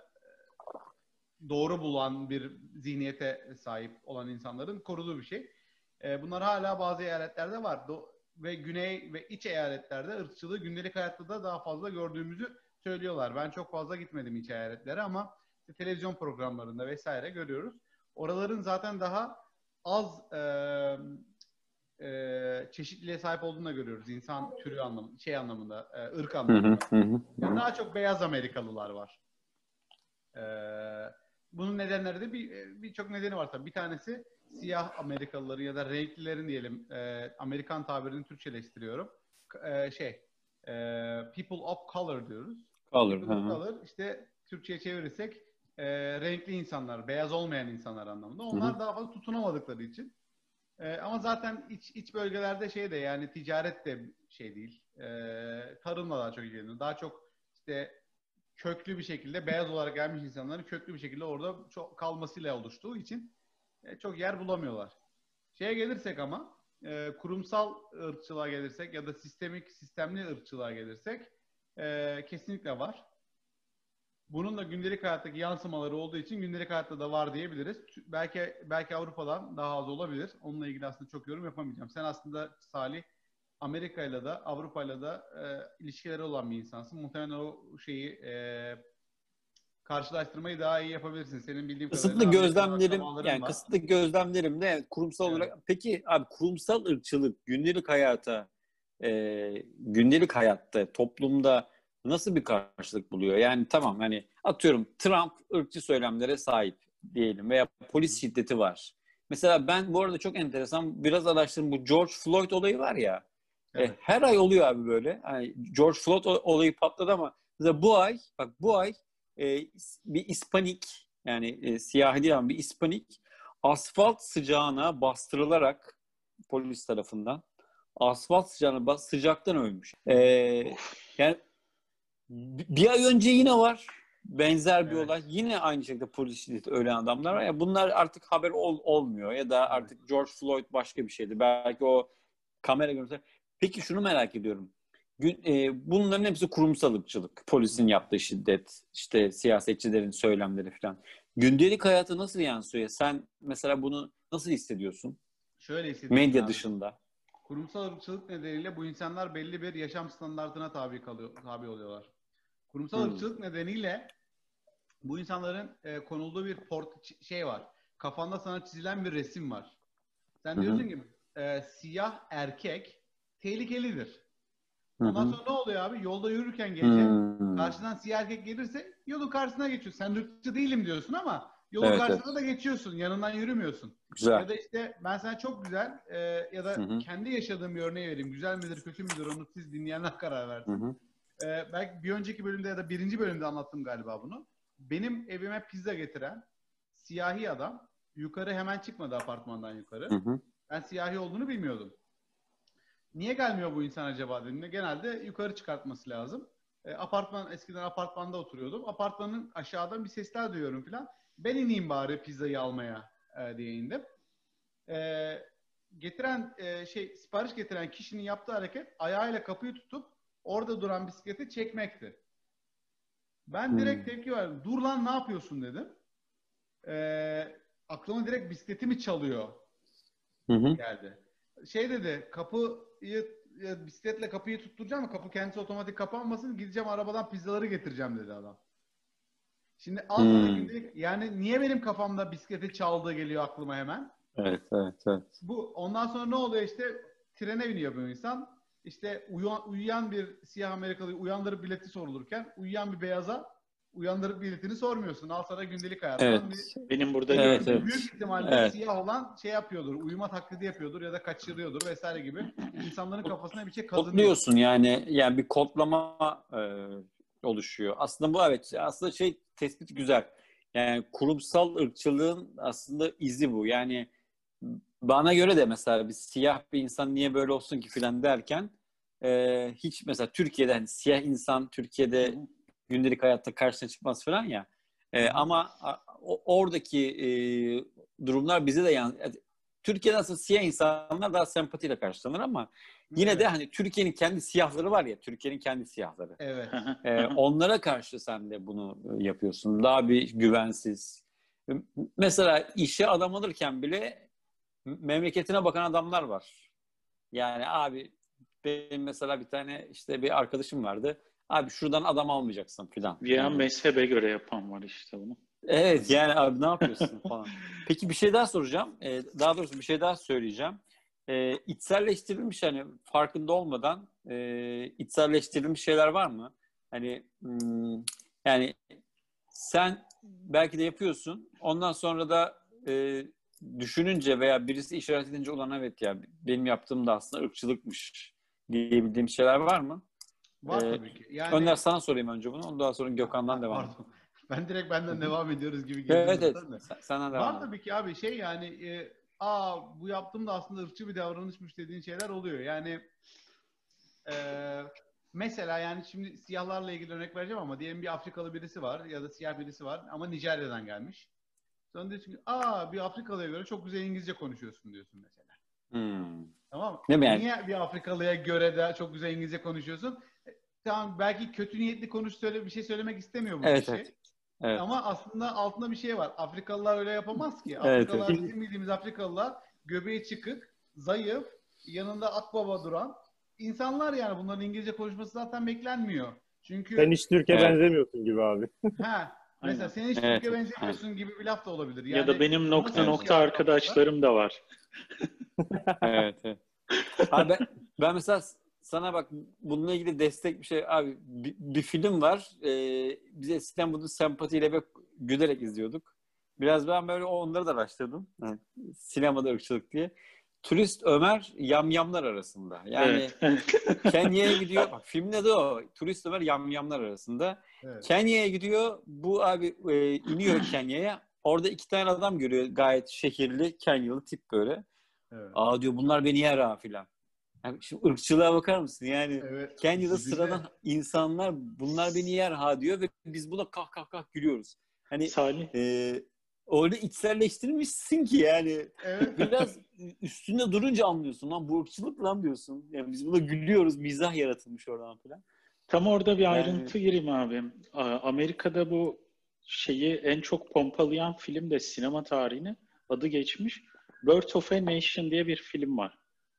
doğru bulan bir zihniyete sahip olan insanların koruduğu bir şey. E, bunlar hala bazı eyaletlerde var. Do- ve güney ve iç eyaletlerde ırkçılığı gündelik hayatta da daha fazla gördüğümüzü söylüyorlar. Ben çok fazla gitmedim iç eyaletlere ama işte televizyon programlarında vesaire görüyoruz. Oraların zaten daha az e, e, çeşitliliğe sahip olduğunu da görüyoruz. İnsan türü anlamında, şey anlamında, e, ırk Hı hı. anlamında. Hı hı. Yani daha çok beyaz Amerikalılar var. Ee, bunun nedenleri de bir birçok nedeni var tabii. Bir tanesi siyah Amerikalıları ya da renklilerin diyelim e, Amerikan tabirini Türkçeleştiriyorum. E, şey e, people of color diyoruz. Kalır. People Hı of hı. color işte Türkçe'ye çevirirsek e, renkli insanlar, beyaz olmayan insanlar anlamında. Hı hı. Onlar daha fazla tutunamadıkları için. E, ama zaten iç, iç bölgelerde şey de yani ticaret de şey değil. E, tarımla daha çok ilgileniyor. Daha çok işte köklü bir şekilde beyaz olarak gelmiş insanların köklü bir şekilde orada çok kalmasıyla oluştuğu için e, çok yer bulamıyorlar. Şeye gelirsek ama e, kurumsal ırkçılığa gelirsek ya da sistemik, sistemli ırkçılığa gelirsek e, kesinlikle var. Bunun da gündelik hayattaki yansımaları olduğu için gündelik hayatta da var diyebiliriz. Belki belki Avrupa'dan daha az olabilir. Onunla ilgili aslında çok yorum yapamayacağım. Sen aslında Salih Amerika'yla da Avrupa'yla da e, ilişkileri olan bir insansın. Muhtemelen o şeyi e, karşılaştırmayı daha iyi yapabilirsin. Senin bildiğim Kısıtlı kadarıyla gözlemlerim yani var. kısıtlı gözlemlerim de evet, kurumsal Evet. olarak. Peki abi kurumsal ırkçılık gündelik hayata e, gündelik hayatta toplumda nasıl bir karşılık buluyor? Yani tamam hani atıyorum Trump ırkçı söylemlere sahip diyelim veya polis şiddeti var. Mesela ben bu arada çok enteresan biraz araştırdım, bu George Floyd olayı var ya. Evet. E, her ay oluyor abi böyle. Yani George Floyd olayı patladı ama mesela bu ay bak bu ay e, bir İspanik yani e, siyahi değil ama bir İspanik asfalt sıcağına bastırılarak polis tarafından asfalt sıcağına bas, sıcaktan ölmüş. E, yani bir ay önce yine var benzer bir Evet. olay. Yine aynı şekilde polis şiddeti ölen adamlar var. Yani bunlar artık haber ol, olmuyor ya da artık evet. George Floyd başka bir şeydi. Belki o kamera görüntüleri. Peki şunu merak ediyorum. Gün, e, bunların hepsi kurumsal ırkçılık. Polisin yaptığı şiddet, işte siyasetçilerin söylemleri falan. Gündelik hayata nasıl yansıyor? Sen mesela bunu nasıl hissediyorsun? Şöyle hissediyorum. Medya abi. dışında. Kurumsal ırkçılık nedeniyle bu insanlar belli bir yaşam standartına tabi kalıyor, tabi oluyorlar. Kurumsal hmm. ırkçılık nedeniyle bu insanların e, konulduğu bir port şey var. Kafanda sana çizilen bir resim var. Sen Hı-hı. diyorsun ki e, siyah erkek tehlikelidir. Ondan Hı-hı. sonra ne oluyor abi? Yolda yürürken gece Hı-hı. karşıdan siyah erkek gelirse yolun karşısına geçiyorsun. Sen ırkçı değilim diyorsun ama yolun evet, karşısına evet. da geçiyorsun. Yanından yürümüyorsun. Güzel. Ya da işte ben sana çok güzel e, ya da Hı-hı. kendi yaşadığım bir örneği vereyim. Güzel midir kötü müdür onu siz dinleyenler karar versin. E, belki bir önceki bölümde ya da birinci bölümde anlattım galiba bunu. Benim evime pizza getiren siyahi adam yukarı hemen çıkmadı apartmandan yukarı. Hı-hı. Ben siyahi olduğunu bilmiyordum. Niye gelmiyor bu insan acaba dediğimde genelde yukarı çıkartması lazım. E, apartman eskiden apartmanda oturuyordum. Apartmanın aşağıdan bir sesler duyuyorum falan. Ben ineyim bari pizzayı almaya e, diye indim. E, getiren e, şey sipariş getiren kişinin yaptığı hareket ayağıyla kapıyı tutup orada duran bisikleti çekmekti. Ben direkt hmm. tepki verdim. Dur lan ne yapıyorsun dedim. E, aklıma direkt bisikletimi çalıyor hı hı. geldi. Şey dedi kapıyı ya, bisikletle kapıyı tutturacağım ama kapı kendisi otomatik kapanmasın. Gideceğim arabadan pizzaları getireceğim dedi adam. Şimdi al sana hmm. gündelik yani niye benim kafamda bisikleti çaldığı geliyor aklıma hemen. Evet evet evet. Bu ondan sonra ne oluyor işte trene biniyor bu insan. İşte uyuyan, uyuyan bir siyah Amerikalı uyandırıp bileti sorulurken uyuyan bir beyaza uyandırıp biletini sormuyorsun. Al sana gündelik hayattan. Evet. Bir, benim burada evet, evet. büyük ihtimalle evet. siyah olan şey yapıyordur. Uyuma taklidi yapıyordur ya da kaçırıyordur vesaire gibi. İnsanların kafasına bir şey kazınıyor. Kodluyorsun yani yani bir kodlama e, oluşuyor. Aslında bu evet aslında şey tespit güzel. Yani kurumsal ırkçılığın aslında izi bu. Yani bana göre de mesela bir siyah bir insan niye böyle olsun ki filan derken e, hiç mesela Türkiye'de hani siyah insan Türkiye'de gündelik hayatta karşına çıkmaz falan ya. E, ama o, oradaki e, durumlar bize de yani Türkiye'de aslında siyah insanlar daha sempatiyle karşılanır ama yine evet. de hani Türkiye'nin kendi siyahları var ya, Türkiye'nin kendi siyahları. Evet. Ee, onlara karşı sen de bunu yapıyorsun. Daha bir güvensiz. Mesela işe adam alırken bile memleketine bakan adamlar var. Yani abi benim mesela bir tane işte bir arkadaşım vardı. Abi şuradan adam almayacaksın filan. Ya yani. mezhebe göre yapan var işte bunu. Evet yani abi ne yapıyorsun falan. Peki bir şey daha soracağım. Ee, daha doğrusu bir şey daha söyleyeceğim. Ee, içselleştirilmiş hani farkında olmadan e, içselleştirilmiş şeyler var mı? Hani hmm, yani sen belki de yapıyorsun. Ondan sonra da e, düşününce veya birisi işaret edince olan evet ya benim yaptığım da aslında ırkçılıkmış diyebildiğim şeyler var mı? Var ee, tabii ki. Yani... Önder sana sorayım önce bunu. Ondan sonra Gökhan'dan devam edelim. Ben direkt benden devam ediyoruz gibi girdim. Evet evet. Sana devam Var tabii ki abi şey yani e, aa bu yaptığım da aslında ırkçı bir davranışmış dediğin şeyler oluyor. Yani e, mesela yani şimdi siyahlarla ilgili örnek vereceğim ama diyelim bir Afrikalı birisi var ya da siyah birisi var ama Nijerya'dan gelmiş. Sonra diyorsun ki aa bir Afrikalıya göre çok güzel İngilizce konuşuyorsun diyorsun mesela. Hmm. Tamam mı? Değil mi yani? Niye bir Afrikalıya göre de çok güzel İngilizce konuşuyorsun? E, Tamam, belki kötü niyetli konuş söyle bir şey söylemek istemiyor bu Evet, kişi. evet. Evet. Ama aslında altında bir şey var. Afrikalılar öyle yapamaz ki. Evet, Afrikalılar, evet. bizim bildiğimiz Afrikalılar göbeği çıkık, zayıf, yanında akbaba duran insanlar yani. Bunların İngilizce konuşması zaten beklenmiyor. Çünkü Sen hiç Türkiye Evet. benzemiyorsun gibi abi. ha mesela Aynen. sen hiç Evet, Türkiye evet. benzemiyorsun gibi bir laf da olabilir. Ya da Yani benim nokta nasıl bir nokta şey var kafanda? arkadaşlarım da var. Evet, evet. Abi ben, ben mesela sana bak bununla ilgili destek bir şey abi bir, bir film var. Ee, biz eskiden bunu sempatiyle ve gülerek izliyorduk. Biraz ben böyle onları da araştırdım. Yani, sinemada ırkçılık diye. Turist Ömer yamyamlar arasında. Yani Evet. Kenya'ya gidiyor. Bak filmin adı o. Turist Ömer yamyamlar arasında. Evet. Kenya'ya gidiyor. Bu abi e, iniyor Kenya'ya. Orada iki tane adam görüyor. Gayet şehirli, Kenyalı tip böyle. Evet. Aa diyor bunlar beni yer ha filan. Yani şimdi ırkçılığa bakar mısın? Yani Evet. Kenya'da Dibinde. sıradan insanlar bunlar beni yer ha diyor ve biz buna kah kah kah gülüyoruz. Hani Salih. e, öyle içselleştirmişsin ki yani Evet. biraz üstünde durunca anlıyorsun lan bu ırkçılık lan diyorsun. Yani biz buna gülüyoruz, mizah yaratılmış oradan filan. Tam orada bir Yani ayrıntı gireyim abi. A- Amerika'da bu şeyi en çok pompalayan film de sinema tarihine adı geçmiş. Birth of a Nation diye bir film var.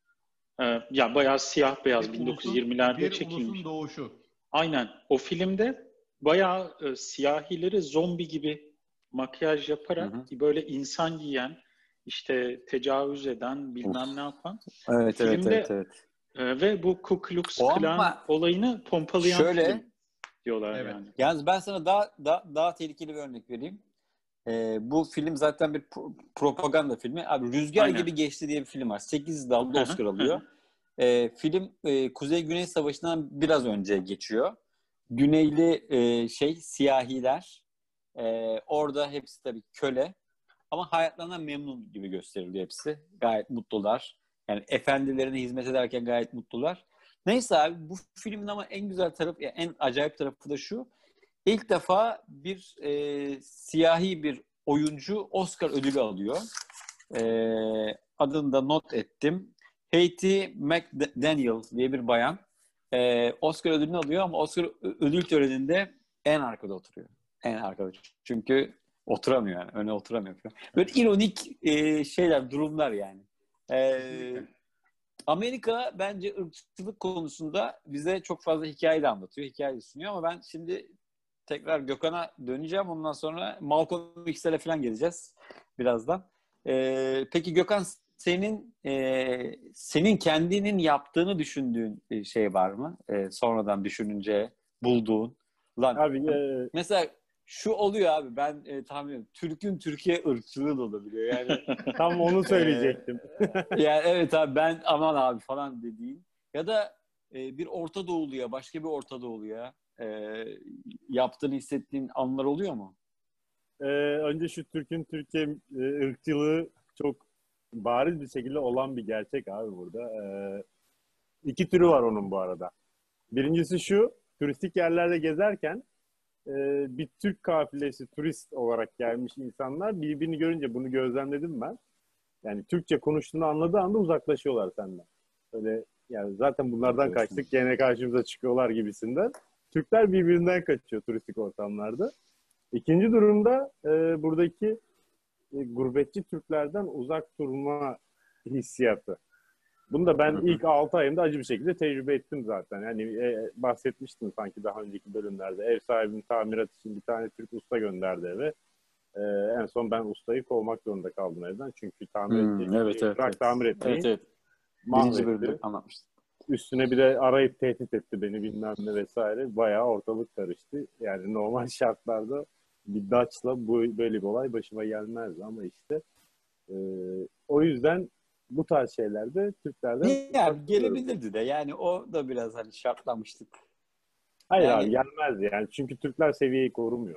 Ee, ya bayağı siyah beyaz Bir ulusun, bin dokuz yüz yirmilerde bir çekilmiş. ulusun doğuşu. Aynen. O filmde bayağı e, siyahileri zombi gibi makyaj hı yaparak hı. böyle insan giyen, işte tecavüz eden, Of. bilmem ne yapan Evet, evet, evet, filmde evet. e, ve bu Ku Klux O Klan ama olayını pompalayan şöyle film diyorlar Evet. yani. yalnız ben sana daha daha, daha tehlikeli bir örnek vereyim. Ee, bu film zaten bir pro- propaganda filmi. Abi Rüzgar Aynen. Gibi Geçti diye bir film var. sekiz dalda Hı hı, Oscar hı alıyor. hı. Ee, film e, Kuzey-Güney Savaşı'ndan biraz önce geçiyor. Güneyli e, şey siyahiler e, orada hepsi tabii köle ama hayatlarından memnun gibi gösteriliyor hepsi. Gayet mutlular. Yani efendilerine hizmet ederken gayet mutlular. Neyse abi bu filmin ama en güzel tarafı, yani en acayip tarafı da şu. İlk defa bir e, siyahi bir oyuncu Oscar ödülü alıyor. E, adını da not ettim. Hattie McDaniel diye bir bayan. E, Oscar ödülünü alıyor ama Oscar ödül töreninde en arkada oturuyor. En arkada. Çünkü oturamıyor yani. Öne oturamıyor falan. Böyle ironik e, şeyler, durumlar yani. E, Kesinlikle. Amerika bence ırkçılık konusunda bize çok fazla hikaye de anlatıyor. Hikaye de sunuyor ama ben şimdi tekrar Gökhan'a döneceğim. Ondan sonra Malcolm X'lere falan geleceğiz birazdan. Ee, peki Gökhan senin e, senin kendinin yaptığını düşündüğün bir şey var mı? Ee, sonradan düşününce bulduğun. Lan Abi e, mesela şu oluyor abi ben e, tahmin ediyorum. Türk'ün Türkiye ırkçılığı da olabiliyor. Yani tam onu e, söyleyecektim. yani evet abi ben aman abi falan dediğin ya da e, bir Orta Doğuluya başka bir Orta Doğuluya e, yaptığını hissettiğin anlar oluyor mu? E, önce şu Türk'ün Türkiye e, ırkçılığı çok bariz bir şekilde olan bir gerçek abi burada. E, iki türü var onun bu arada. Birincisi şu, turistik yerlerde gezerken e, bir Türk kafilesi turist olarak gelmiş insanlar birbirini görünce bunu gözlemledim ben. Yani Türkçe konuştuğunu anladığı anda uzaklaşıyorlar senden. Öyle yani zaten bunlardan Çok kaçtık gene karşımıza çıkıyorlar gibisinden. Türkler birbirinden kaçıyor turistik ortamlarda. İkinci durumda e, buradaki e, gurbetçi Türklerden uzak durma hissiyatı. Bunu da ben Hı hı. ilk altı ayımda acı bir şekilde tecrübe ettim zaten. Yani e, bahsetmiştim sanki daha önceki bölümlerde. Ev sahibinin tamirat için bir tane Türk usta gönderdi eve. E, en son ben ustayı kovmak zorunda kaldım evden. Çünkü tamir edecek Hmm, evet, şeyi evet, bırak evet. tamir etmeyi Evet, evet. Birinci bölümde mahvetti. anlatmıştım. Üstüne bir de arayıp tehdit etti beni bilmem ne vesaire. Bayağı ortalık karıştı. Yani normal şartlarda bir Dutch'la bu böyle bir olay başıma gelmezdi ama işte e, o yüzden bu tarz şeylerde Türklerden Ya uzak duruyorum. gelebilirdi de yani o da biraz hani şartlamıştık. Hayır abi Yani gelmezdi yani çünkü Türkler seviyeyi korumuyor.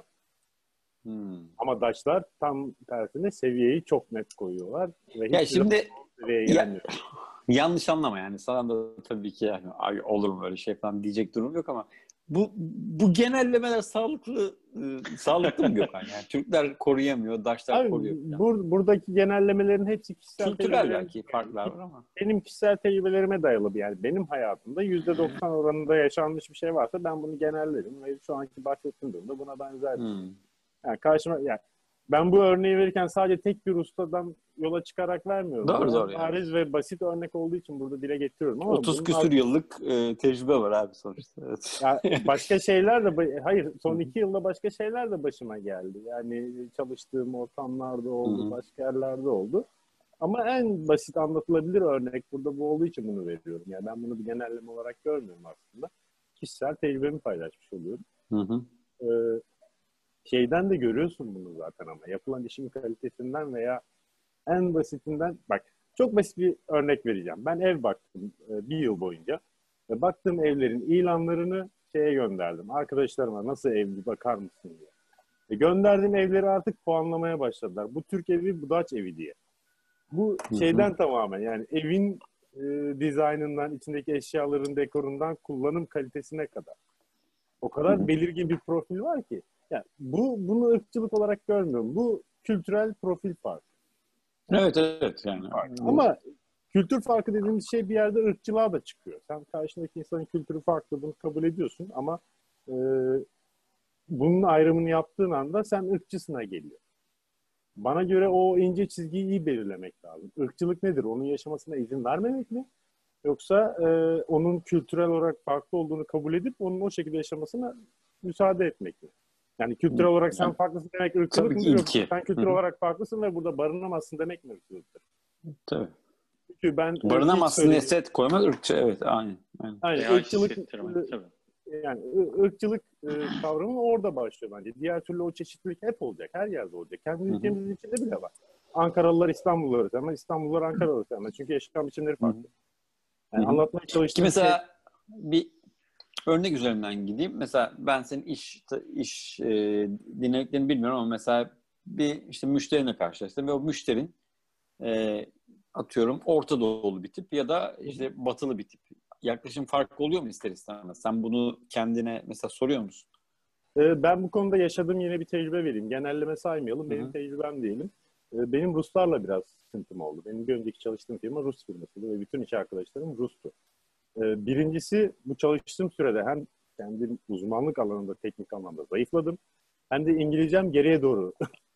hmm. Ama Dutch'lar tam tersine seviyeyi çok net koyuyorlar ve Ya hiçbir zaman şimdi o seviyeye ya, gelmiyor. yanlış anlama yani sana da tabii ki yani "Ay, olur mu öyle şey falan diyecek durum yok ama bu bu genellemeler sağlıklı e, sağlıklı mı Gökhan? Yani Türkler koruyamıyor, Daşlar Abi, koruyor falan. bur, buradaki genellemelerin hepsi kişisel Kültürel tecrübeler. belki farklar var ama. Benim kişisel tecrübelerime dayalı bir yani. Benim hayatımda yüzde doksan oranında yaşanmış bir şey varsa ben bunu genellerim ve şu anki bahsettiğim durumda buna benzer. Hmm. Yani karşıma yani ben bu örneği verirken sadece tek bir ustadan yola çıkarak vermiyorum. Doğru, Bu doğru yani. bariz ve basit örnek olduğu için burada dile getiriyorum ama otuz bunun küsür alt- yıllık e, tecrübe var abi sonuçta. Evet. ya başka şeyler de ba- hayır son iki yılda başka şeyler de başıma geldi. Yani çalıştığım ortamlarda oldu, Hı hı. başka yerlerde oldu. Ama en basit anlatılabilir örnek burada bu olduğu için bunu veriyorum. Yani ben bunu bir genelleme olarak görmüyorum aslında. Kişisel tecrübemi paylaşmış oluyorum. Hı hı. Ee, şeyden de görüyorsun bunu zaten ama yapılan işin kalitesinden veya en basitinden bak çok basit bir örnek vereceğim. Ben ev baktım e, bir yıl boyunca ve baktığım evlerin ilanlarını şeye gönderdim. Arkadaşlarıma nasıl ev bakar mısın diye. Ve gönderdiğim evleri artık puanlamaya başladılar. Bu Türk evi, bu Dutch evi diye. Bu şeyden Hı-hı. tamamen yani evin e, dizaynından, içindeki eşyaların dekorundan kullanım kalitesine kadar. O kadar Hı-hı. belirgin bir profil var ki. Yani bu bunu ırkçılık olarak görmüyorum. Bu kültürel profil farkı. Evet evet yani. Ama kültür farkı dediğimiz şey bir yerde ırkçılığa da çıkıyor. Sen karşındaki insanın kültürü farklı, bunu kabul ediyorsun ama e, bunun ayrımını yaptığın anda sen ırkçısına geliyor. Bana göre o ince çizgiyi iyi belirlemek lazım. Irkçılık nedir? Onun yaşamasına izin vermemek mi? Yoksa e, onun kültürel olarak farklı olduğunu kabul edip onun o şekilde yaşamasına müsaade etmek mi? Yani kültürel olarak sen farklısın demek ırkçılık Tabii mı? ki ilki. Sen kültürel Hı-hı. olarak farklısın ve burada barınamazsın demek mi ırkçılıktır? Tabii. Çünkü ben barınamazsın diye set koymak ırkçı. Evet aynen. Aynen. Aynen. Irkçılık, yani ırkçılık e, kavramı orada başlıyor bence. Diğer türlü o çeşitlilik hep olacak. Her yerde olacak. Kendi ülkemizin içinde bile var. Ankaralılar İstanbulluları sevmez, İstanbullular Ankaralıları sevmez. Çünkü yaşam biçimleri farklı. Yani anlatmaya çalıştığım Ki mesela şey... bir örnek üzerinden gideyim. Mesela ben senin iş iş e, dinamiklerini bilmiyorum ama mesela bir işte müşterine karşılaştım ve o müşterin e, atıyorum Orta Doğulu bir tip ya da işte Batılı bir tip. Yaklaşım farkı oluyor mu ister istemez? Sen bunu kendine mesela soruyor musun? Ben bu konuda yaşadığım yine bir tecrübe vereyim. Genelleme saymayalım. Benim Hı-hı. tecrübem diyelim. Benim Ruslarla biraz sıkıntım oldu. Benim bir önceki çalıştığım firma Rus firmasıydı ve bütün iş arkadaşlarım Rus'tu. Birincisi bu çalıştığım sürede hem kendi uzmanlık alanında teknik anlamda zayıfladım. Hem de İngilizcem geriye doğru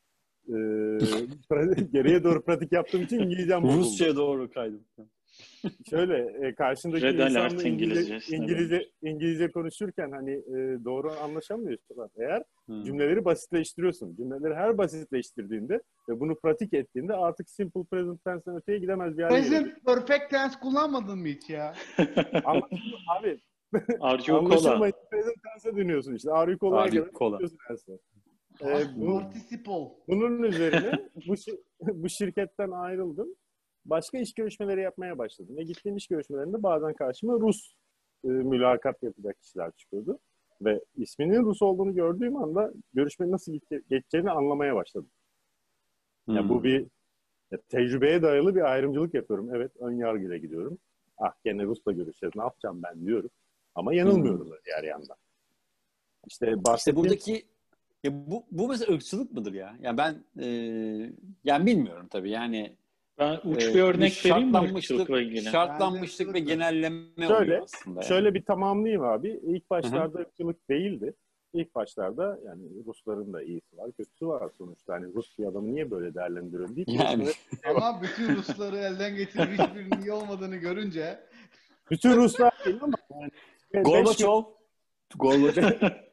geriye doğru pratik yaptığım için İngilizcem bozuldu. Rusça'ya doğru kaydım. Şöyle karşındaki Red insanla İngilizce, İngilizce, İngilizce konuşurken hani doğru anlaşamıyorsun. Eğer hmm. cümleleri basitleştiriyorsun. Cümleleri her basitleştirdiğinde ve bunu pratik ettiğinde artık simple present tense'den öteye gidemez bir hale geliyor. Present perfect tense kullanmadın mı hiç ya? Anlaşılma abi. Anlaşılmayın. Present tense'e dönüyorsun işte. Are you cola'ya kadar. Ee, bu, bunun üzerine bu, bu şirketten ayrıldım. Başka iş görüşmeleri yapmaya başladım. Ve gittiğim iş görüşmelerinde bazen karşıma Rus e, mülakat yapacak kişiler çıkıyordu. Ve isminin Rus olduğunu gördüğüm anda görüşmenin nasıl geçeceğini anlamaya başladım. Hmm. Yani bu bir ya, tecrübeye dayalı bir ayrımcılık yapıyorum. Evet, ön yargıyla gidiyorum. Ah gene Rus'la görüşeceğiz, ne yapacağım ben diyorum. Ama yanılmıyorum hmm. diğer yandan. İşte, işte buradaki ya bu, bu mesela ırkçılık mıdır ya? Yani ben e, yani bilmiyorum tabii yani. Ben uç bir örnek e, vereyim mi ırkçılıkla ilgili? Şartlanmışlık ve genelleme şöyle, oluyor aslında. Yani. Şöyle bir tamamlayayım abi. İlk başlarda ırkçılık değildi. İlk başlarda yani Rusların da iyisi var, kötüsü var sonuçta. Yani Rus bir adamı niye böyle değerlendiriyorum deyip yani. Ama bütün Rusları elden getirip hiçbirinin iyi olmadığını görünce bütün Ruslar değil ama yani Gorbaçov Gorbaçov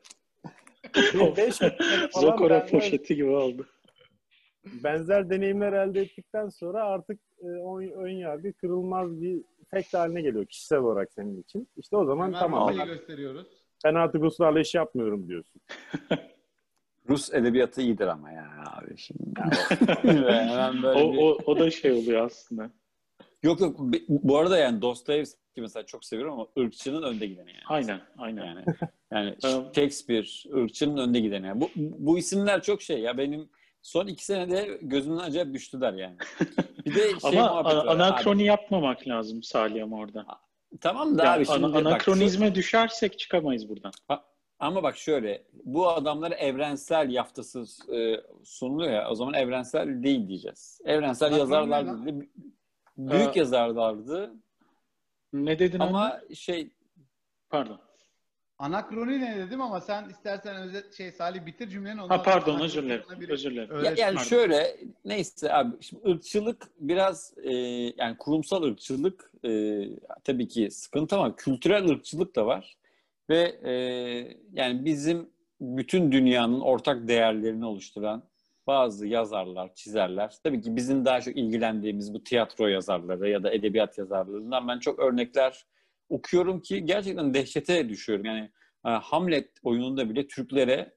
Zokora poşeti gibi oldu. Benzer deneyimler elde ettikten sonra artık e, ön yargı kırılmaz bir fact haline geliyor kişisel olarak senin için. İşte o zaman Hemen tamam. gösteriyoruz. Ben artık Ruslarla iş yapmıyorum diyorsun. Rus edebiyatı iyidir ama ya abi şimdi. Yani böyle o, bir... o, o da şey oluyor aslında. Yok yok bu arada yani Dostoyevski mesela çok seviyorum ama ırkçının önde gideni yani. Aynen aynen. Yani, yani Shakespeare ırkçının önde gideni. Yani. Bu, bu isimler çok şey ya benim son iki senede gözümden acayip düştüler yani. Bir de şey ama muhabbet var. Anakroni abi. yapmamak lazım Salih'im orada. Tamam da Yani abi ana- şimdi bak şu- anakronizme düşersek çıkamayız buradan. Ha- ama bak şöyle, bu adamlara evrensel yaftası e, sunuluyor ya, o zaman evrensel değil diyeceğiz. Evrensel Anakron yazarlar ne lan? dedi. Büyük Ee, yazarlardı Ne dedin ama abi? şey Pardon. Anakroni ne dedim ama sen istersen özet şey Salih bitir cümleni. ondan Ha sonra pardon, anakroni özür dilerim. bana biri Özür dilerim. ya, öğretsin. yani Pardon. şöyle, neyse abi, şimdi ırkçılık biraz e, yani kurumsal ırkçılık e, tabii ki sıkıntı ama kültürel ırkçılık da var ve e, yani bizim bütün dünyanın ortak değerlerini oluşturan bazı yazarlar, çizerler. Tabii ki bizim daha çok ilgilendiğimiz bu tiyatro yazarları ya da edebiyat yazarlarından ben çok örnekler okuyorum ki gerçekten dehşete düşüyorum. Yani e, Hamlet oyununda bile Türklere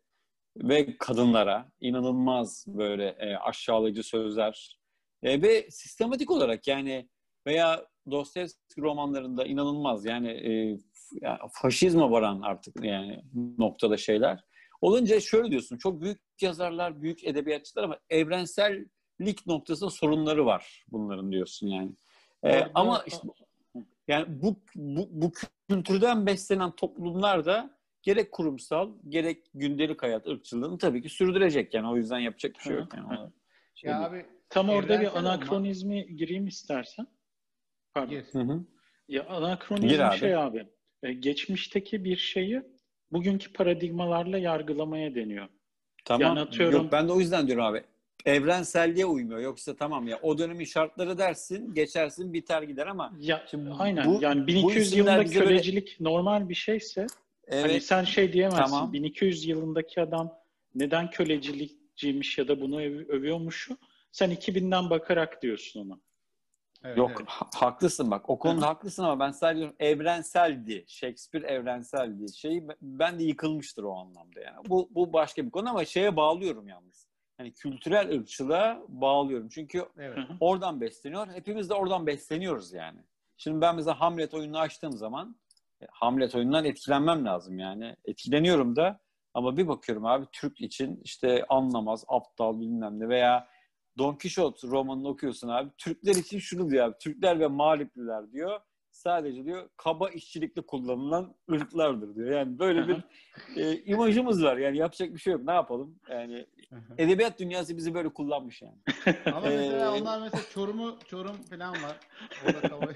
ve kadınlara inanılmaz böyle e, aşağılayıcı sözler e, ve sistematik olarak yani, veya Dostoyevski romanlarında inanılmaz yani, e, ya, faşizme varan artık yani noktada şeyler. Olunca şöyle diyorsun, çok büyük yazarlar, büyük edebiyatçılar ama evrensellik noktasında sorunları var bunların diyorsun yani. E, Orada- ama işte yani bu, bu, bu kültürden beslenen toplumlar da gerek kurumsal gerek gündelik hayat ırkçılığını tabii ki sürdürecek yani, o yüzden yapacak bir şey yok yani. Ona şey Ya değil. abi Tam orada bir evrensel olma- anakronizmi gireyim istersen. Pardon. Gir. Hı hı. Ya Gir anakronizm abi. şey abi. e, Geçmişteki bir şeyi bugünkü paradigmalarla yargılamaya deniyor. Tamam. Yani atıyorum- Yok, ben de o yüzden diyorum abi. Evrenselliğe uymuyor. Yoksa tamam ya, o dönemin şartları dersin, geçersin, biter gider ama Ya şimdi aynen. bu- yani bu bin iki yüz isimler yılında bize böyle- kölecilik normal bir şeyse evet, hani sen şey diyemezsin. tamam. bin iki yüz yılındaki adam neden kölecilikciymiş ya da bunu öv- övüyormuşu sen iki binden bakarak diyorsun ona. Evet, Yok, evet. ha- haklısın bak. O konuda haklısın ama ben sadece diyorum evrenseldi. Shakespeare evrenseldi. Şeyi ben de yıkılmıştır o anlamda yani. Bu bu başka bir konu ama şeye bağlıyorum yalnız. Hani kültürel ırkçılığa bağlıyorum. Çünkü Evet. Hı hı. oradan besleniyor. Hepimiz de oradan besleniyoruz yani. Şimdi ben mesela Hamlet oyununu açtığım zaman e, Hamlet oyunundan etkilenmem lazım yani. Etkileniyorum da ama bir bakıyorum abi, Türk için işte anlamaz, aptal bilmem ne, veya Don Quixote romanını okuyorsun abi. Türkler için şunu diyor abi. Türkler ve Mağripliler diyor. Sadece diyor kaba işçilikle kullanılan ırklardır diyor. Yani böyle bir e, imajımız var. Yani yapacak bir şey yok. Ne yapalım? Yani edebiyat dünyası bizi böyle kullanmış yani. Ama mesela Ee, onlar mesela Çorum'u Çorum falan var. Orada kavga.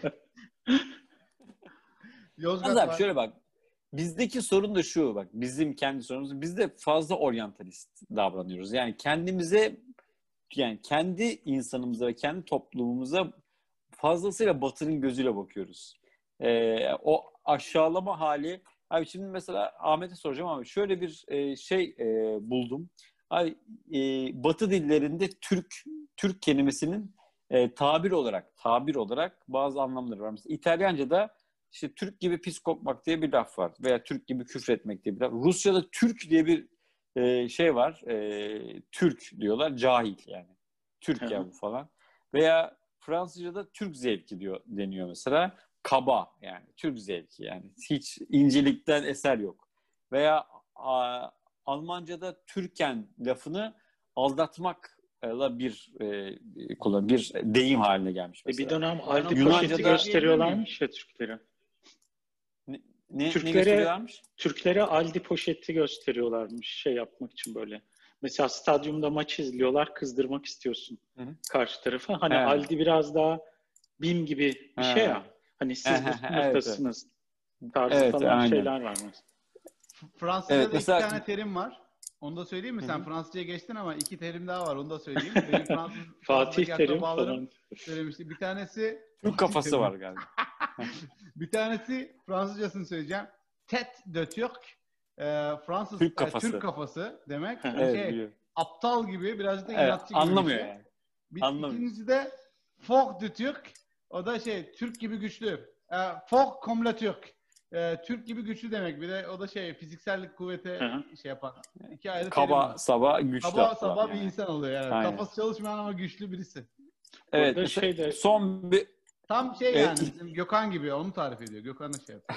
Yozgat Yalnız abi var. şöyle bak. Bizdeki sorun da şu bak. Bizim kendi sorunumuz. Biz de fazla oryantalist davranıyoruz. Yani kendimize, yani kendi insanımıza ve kendi toplumumuza fazlasıyla Batı'nın gözüyle bakıyoruz. Ee, o aşağılama hali. Abi şimdi mesela Ahmet'e soracağım ama şöyle bir e, şey e, buldum. Abi, e, Batı dillerinde Türk Türk kelimesinin e, tabir olarak tabir olarak bazı anlamları var. Mesela İtalyanca'da işte Türk gibi pis kokmak diye bir laf var veya Türk gibi küfretmek diye bir laf. Rusya'da Türk diye bir e, şey var. E, Türk diyorlar, cahil yani. Türk ya bu falan. Veya Fransızca'da Türk zevki diyor deniyor mesela. Kaba yani Türk zevki yani. Hiç incelikten eser yok. Veya a, Almanca'da Türken lafını aldatmakla bir e, kullan bir deyim haline gelmiş E mesela. bir dönem Yani Aldi Yunanca'da- poşeti gösteriyorlarmış ya Türklere. Ne, ne, Türklere- ne gösteriyorlarmış? Türklere Aldi poşeti gösteriyorlarmış şey yapmak için böyle. Mesela stadyumda maç izliyorlar, kızdırmak istiyorsun Hı hı. karşı tarafa. Hani He. Aldi biraz daha BİM gibi bir şey He. ya. Hani siz He, he, bu he, sınıftasınız tarzı Evet, falan aynen. şeyler var mesela. Fransızca'da Evet, mesela- iki tane terim var. Onu da söyleyeyim mi? Hı Sen hı. Fransızca'ya geçtin ama iki terim daha var. Onu da söyleyeyim. Benim Fransız, Fatih Fransa'daki Terim akrabalarım falan. söylemişti. Bir tanesi Türk kafası var galiba. bir tanesi Fransızcasını söyleyeceğim. Tête de Turc. Ee, Fransız Türk e, kafası. Türk kafası demek. Evet, şey, biliyorum. aptal gibi, birazcık da Evet, inatçı gibi anlamıyor bir şey. yani. Bir, Anlamıyor. ikincisi de Fort de Turc. O da şey, Türk gibi güçlü. E, Fort comme le Turc. E, Türk gibi güçlü demek. Bir de o da şey, fiziksellik kuvvete Hı hı. şey yapan. İki ayrı terim Kaba, var. saba, güçlü Sabah atlar sabah yani. bir insan oluyor yani. Aynen. Kafası çalışmayan ama güçlü birisi. Evet, Orada mesela şey de- son bir Tam şey Evet. yani bizim Gökhan gibi onu tarif ediyor. Gökhan'ın şey yapıyor.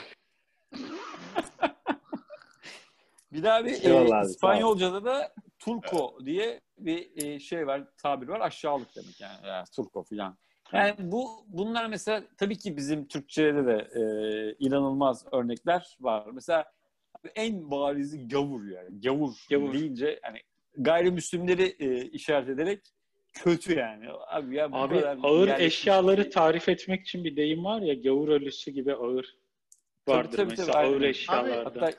bir daha bir Eyvallah e, abi, sağ ol. İspanyolca'da da turco diye bir e, şey var, tabir var. Aşağılık demek yani. yani turco filan. Yani bu bunlar mesela tabii ki bizim Türkçe'de de e, inanılmaz örnekler var. Mesela en barizi gavur yani. Gavur, Gavur. deyince hani gayrimüslimleri e, işaret ederek kötü yani. Abi ya bu Abi kadar ağır yerleşmiş eşyaları bir- tarif etmek için bir deyim var ya, gavur ölüsü gibi ağır Tabii vardır tabii tabii. mesela ağır Aynen. eşyalarda. Hatta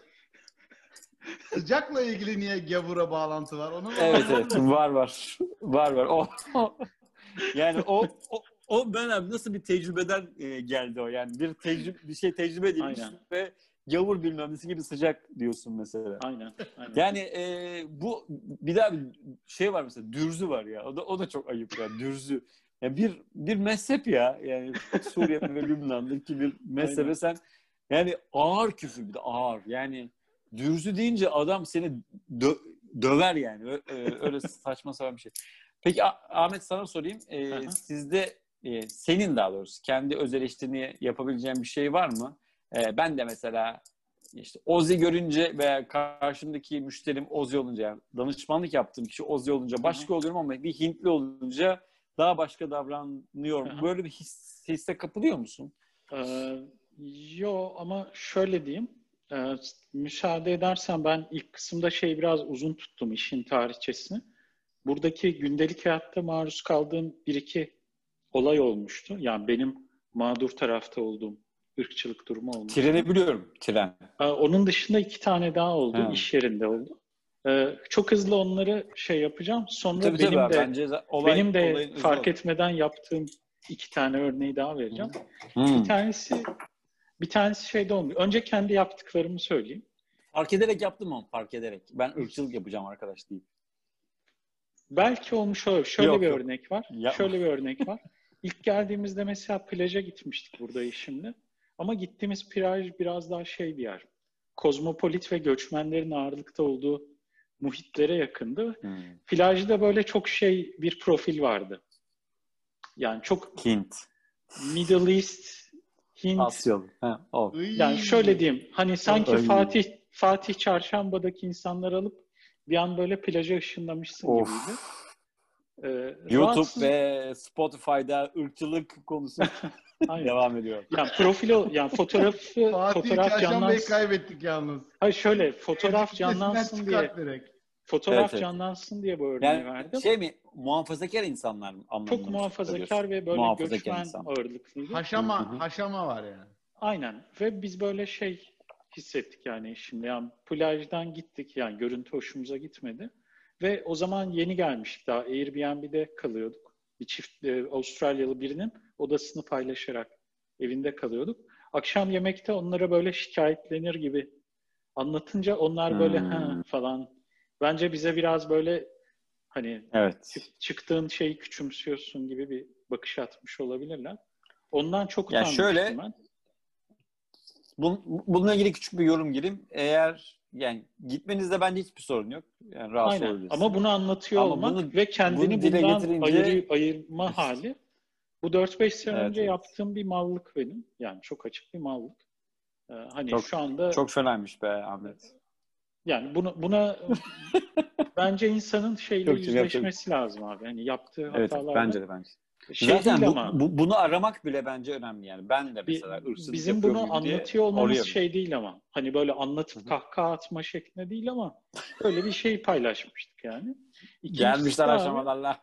Sıcakla ilgili niye gavura bağlantı var? Onu evet anlamadım. evet var var. Var var. O, o- yani o, o o ben abi nasıl bir tecrübeden e, geldi o yani bir tecrübe bir şey tecrübe edilmiş Aynen. ve gavur bilmem nesi gibi sıcak diyorsun mesela. Aynen. Aynen. Yani e, bu bir daha bir şey var mesela dürzü var ya o da o da çok ayıp ya dürzü. Ya bir bir mezhep ya yani Suriye ve Lübnan'daki bir mezhebe Aynen. sen yani ağır küfür bir de ağır yani dürzü deyince adam seni dö- döver yani Ö- e, öyle saçma sapan bir şey. Peki Ah- Ahmet sana sorayım. E, Aha. sizde e, senin daha doğrusu kendi öz eleştirini yapabileceğin bir şey var mı? E, ben de mesela işte Ozi görünce veya karşımdaki müşterim Ozi olunca yani danışmanlık yaptığım kişi Ozi olunca başka oluyorum ama bir Hintli olunca daha başka davranıyorum. Aha. Böyle bir his, hisse kapılıyor musun? Ee, yo ama şöyle diyeyim. Ee, müsaade edersen ben ilk kısımda şey biraz uzun tuttum işin tarihçesini. Buradaki gündelik hayatta maruz kaldığım bir iki olay olmuştu. Yani benim mağdur tarafta olduğum ırkçılık durumu olmuştu. Treni biliyorum. Tren. Ee, onun dışında iki tane daha oldu. Ha. İş yerinde oldu. Ee, çok hızlı onları şey yapacağım. Sonra Tabii tabii benim abi. de Bence olay, benim de olayın özü fark oldu. etmeden yaptığım iki tane örneği daha vereceğim. Hmm. Bir tanesi bir tanesi şeyde olmuyor. Önce kendi yaptıklarımı söyleyeyim. Fark ederek yaptım ama fark ederek. Ben ırkçılık yapacağım arkadaş değil. Belki olmuş olabilir. Şöyle Yok, bir yok. örnek var. Yapma. Şöyle bir örnek var. İlk geldiğimizde mesela plaja gitmiştik burada eşimle. Ama gittiğimiz plaj biraz daha şey bir yer. Kozmopolit ve göçmenlerin ağırlıkta olduğu muhitlere yakındı. Hmm. Plajda böyle çok şey bir profil vardı. Yani çok Hint. Middle East, Hint. Asyalı. Ha, o. Yani şöyle diyeyim. Hani sanki Ay. Fatih Fatih Çarşamba'daki insanları alıp bir an böyle plaja ışınlamışsın Of. gibiydi. Ee, YouTube rahatsız... ve Spotify'da ırkçılık konusu devam ediyor. Yani profil o, yani fotoğrafı Fatih fotoğraf Çarşamba'yı canlansın. kaybettik yalnız. Hayır şöyle fotoğraf Kitlesinden canlansın çıkart diye direkt. fotoğraf Evet, evet. canlansın diye bu örneği Yani verdim. şey mi muhafazakar insanlar mı anlamında Çok mı muhafazakar söylüyorsun? ve böyle Muhafazakar göçmen insan. ağırlıklıydı. Haşama, Hı hı. haşama var yani. Aynen. Ve biz böyle şey hissettik yani şimdi. Yani plajdan gittik yani görüntü hoşumuza gitmedi. Ve o zaman yeni gelmiştik daha Airbnb'de kalıyorduk. Bir çift e, Avustralyalı birinin odasını paylaşarak evinde kalıyorduk. Akşam yemekte onlara böyle şikayetlenir gibi anlatınca onlar böyle Hmm. ha falan. Bence bize biraz böyle hani Evet. çık- çıktığın şeyi küçümsüyorsun gibi bir bakış atmış olabilirler. Ondan çok Ya utanmıştım şöyle ben. bun, bununla ilgili küçük bir yorum gireyim. Eğer yani gitmenizde bence hiçbir sorun yok. Yani rahatsız Aynen. olabilirsin. Ama bunu anlatıyor Ama olmak bunu- ve kendini bunu dile bundan getirince- ayırı, ayırma hali. Bu dört beş sene Evet, önce evet. yaptığım bir mallık benim. Yani çok açık bir mallık. Ee, hani Çok, şu anda çok fenaymış be Ahmet. yani bunu buna bence insanın şeyle Çok yüzleşmesi lazım abi. Hani yaptığı Evet, hatalarla. bence de bence. Şey Zaten değil bu, ama bu- bunu aramak bile bence önemli yani. Ben de bir, mesela hırsızlık bizim yapıyor bunu muyum diye anlatıyor olmamız arıyorum. şey değil ama. Hani böyle anlatıp Hı hı. kahkaha atma şeklinde değil ama öyle bir şey paylaşmıştık yani. İkincisi Gelmişler de abi, aşamalarla.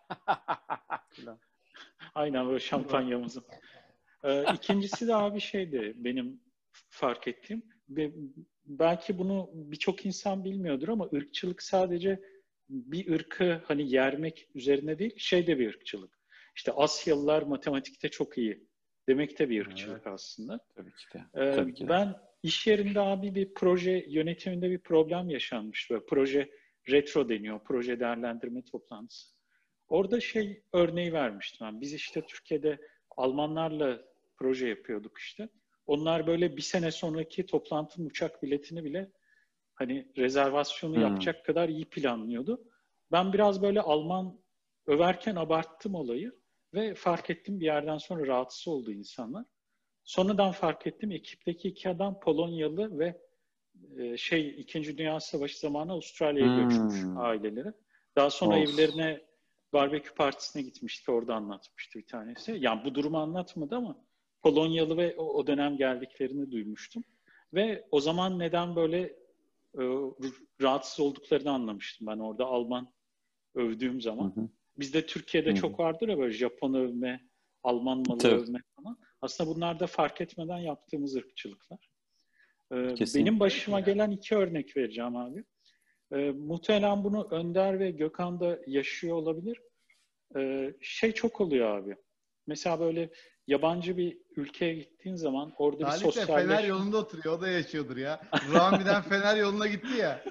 aynen böyle şampanyamızın. Ee, ikincisi de abi şeydi benim fark ettiğim. Ve belki bunu birçok insan bilmiyordur ama ırkçılık sadece bir ırkı hani yermek üzerine değil, şey de bir ırkçılık. İşte Asyalılar matematikte çok iyi demek de bir ırkçılık Evet. aslında. Tabii ki de. Ee, Tabii ki de. ben iş yerinde abi bir proje yönetiminde bir problem yaşanmış. Böyle proje retro deniyor, proje değerlendirme toplantısı. Orada şey örneği vermiştim. Yani biz işte Türkiye'de Almanlarla proje yapıyorduk işte. Onlar böyle bir sene sonraki toplantının uçak biletini bile hani rezervasyonu Hmm. yapacak kadar iyi planlıyordu. Ben biraz böyle Alman överken abarttım olayı ve fark ettim bir yerden sonra rahatsız oldu insanlar. Sonradan fark ettim ekipteki iki adam Polonyalı ve e, şey İkinci Dünya Savaşı zamanı Avustralya'ya Hmm. göçmüş aileleri. Daha sonra Of. evlerine barbekü partisine gitmiştik. Orada anlatmıştı bir tanesi. Yani bu durumu anlatmadı ama Polonyalı ve o, o dönem geldiklerini duymuştum. Ve o zaman neden böyle e, rahatsız olduklarını anlamıştım ben orada Alman övdüğüm zaman. Hı hı. Bizde Türkiye'de hı hı. çok vardır ya böyle Japon övme, Alman malı Tabii. övme falan. Aslında bunlar da fark etmeden yaptığımız ırkçılıklar. E, benim başıma gelen iki örnek vereceğim abi. E, muhtemelen bunu Önder ve Gökhan da yaşıyor olabilir. E, şey çok oluyor abi. Mesela böyle yabancı bir ülkeye gittiğin zaman orada Talip bir sosyalleşme... Fener yolunda oturuyor. O da yaşıyordur ya. Rami'den Fener yoluna gitti ya.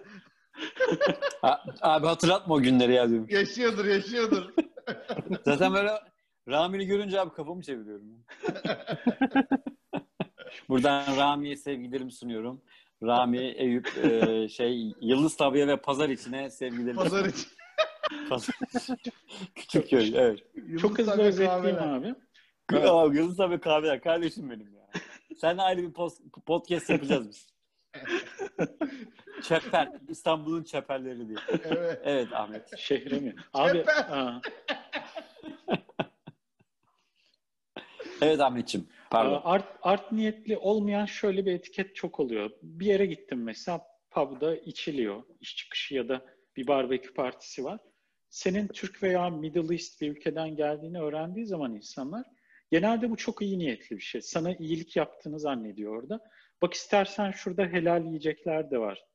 Abi hatırlatma o günleri ya diyorum. Yaşıyordur, yaşıyordur. Zaten böyle Rami'ni görünce abi kafamı çeviriyorum. Buradan Rami'ye sevgilerimi sunuyorum. Rami, Eyüp, e, şey Yıldız Tabiye ve Pazar içine sevgilerimi Pazar için. Pazar için. Küçük köy, evet. Çok hızlı özetleyeyim abi. Abi, Yıldız Tabiye kahveler. Kardeşim benim ya. Seninle ayrı bir post, podcast yapacağız biz. Çeper. İstanbul'un çeperleri diye. Evet. Evet Ahmet. Şehre mi? Abi. Evet Ahmetciğim. Pardon. Art, art niyetli olmayan şöyle bir etiket çok oluyor. Bir yere gittim mesela pub'da içiliyor. İş çıkışı ya da bir barbekü partisi var. Senin Türk veya Middle East bir ülkeden geldiğini öğrendiği zaman insanlar genelde bu çok iyi niyetli bir şey. Sana iyilik yaptığını zannediyor orada. Bak istersen şurada helal yiyecekler de var.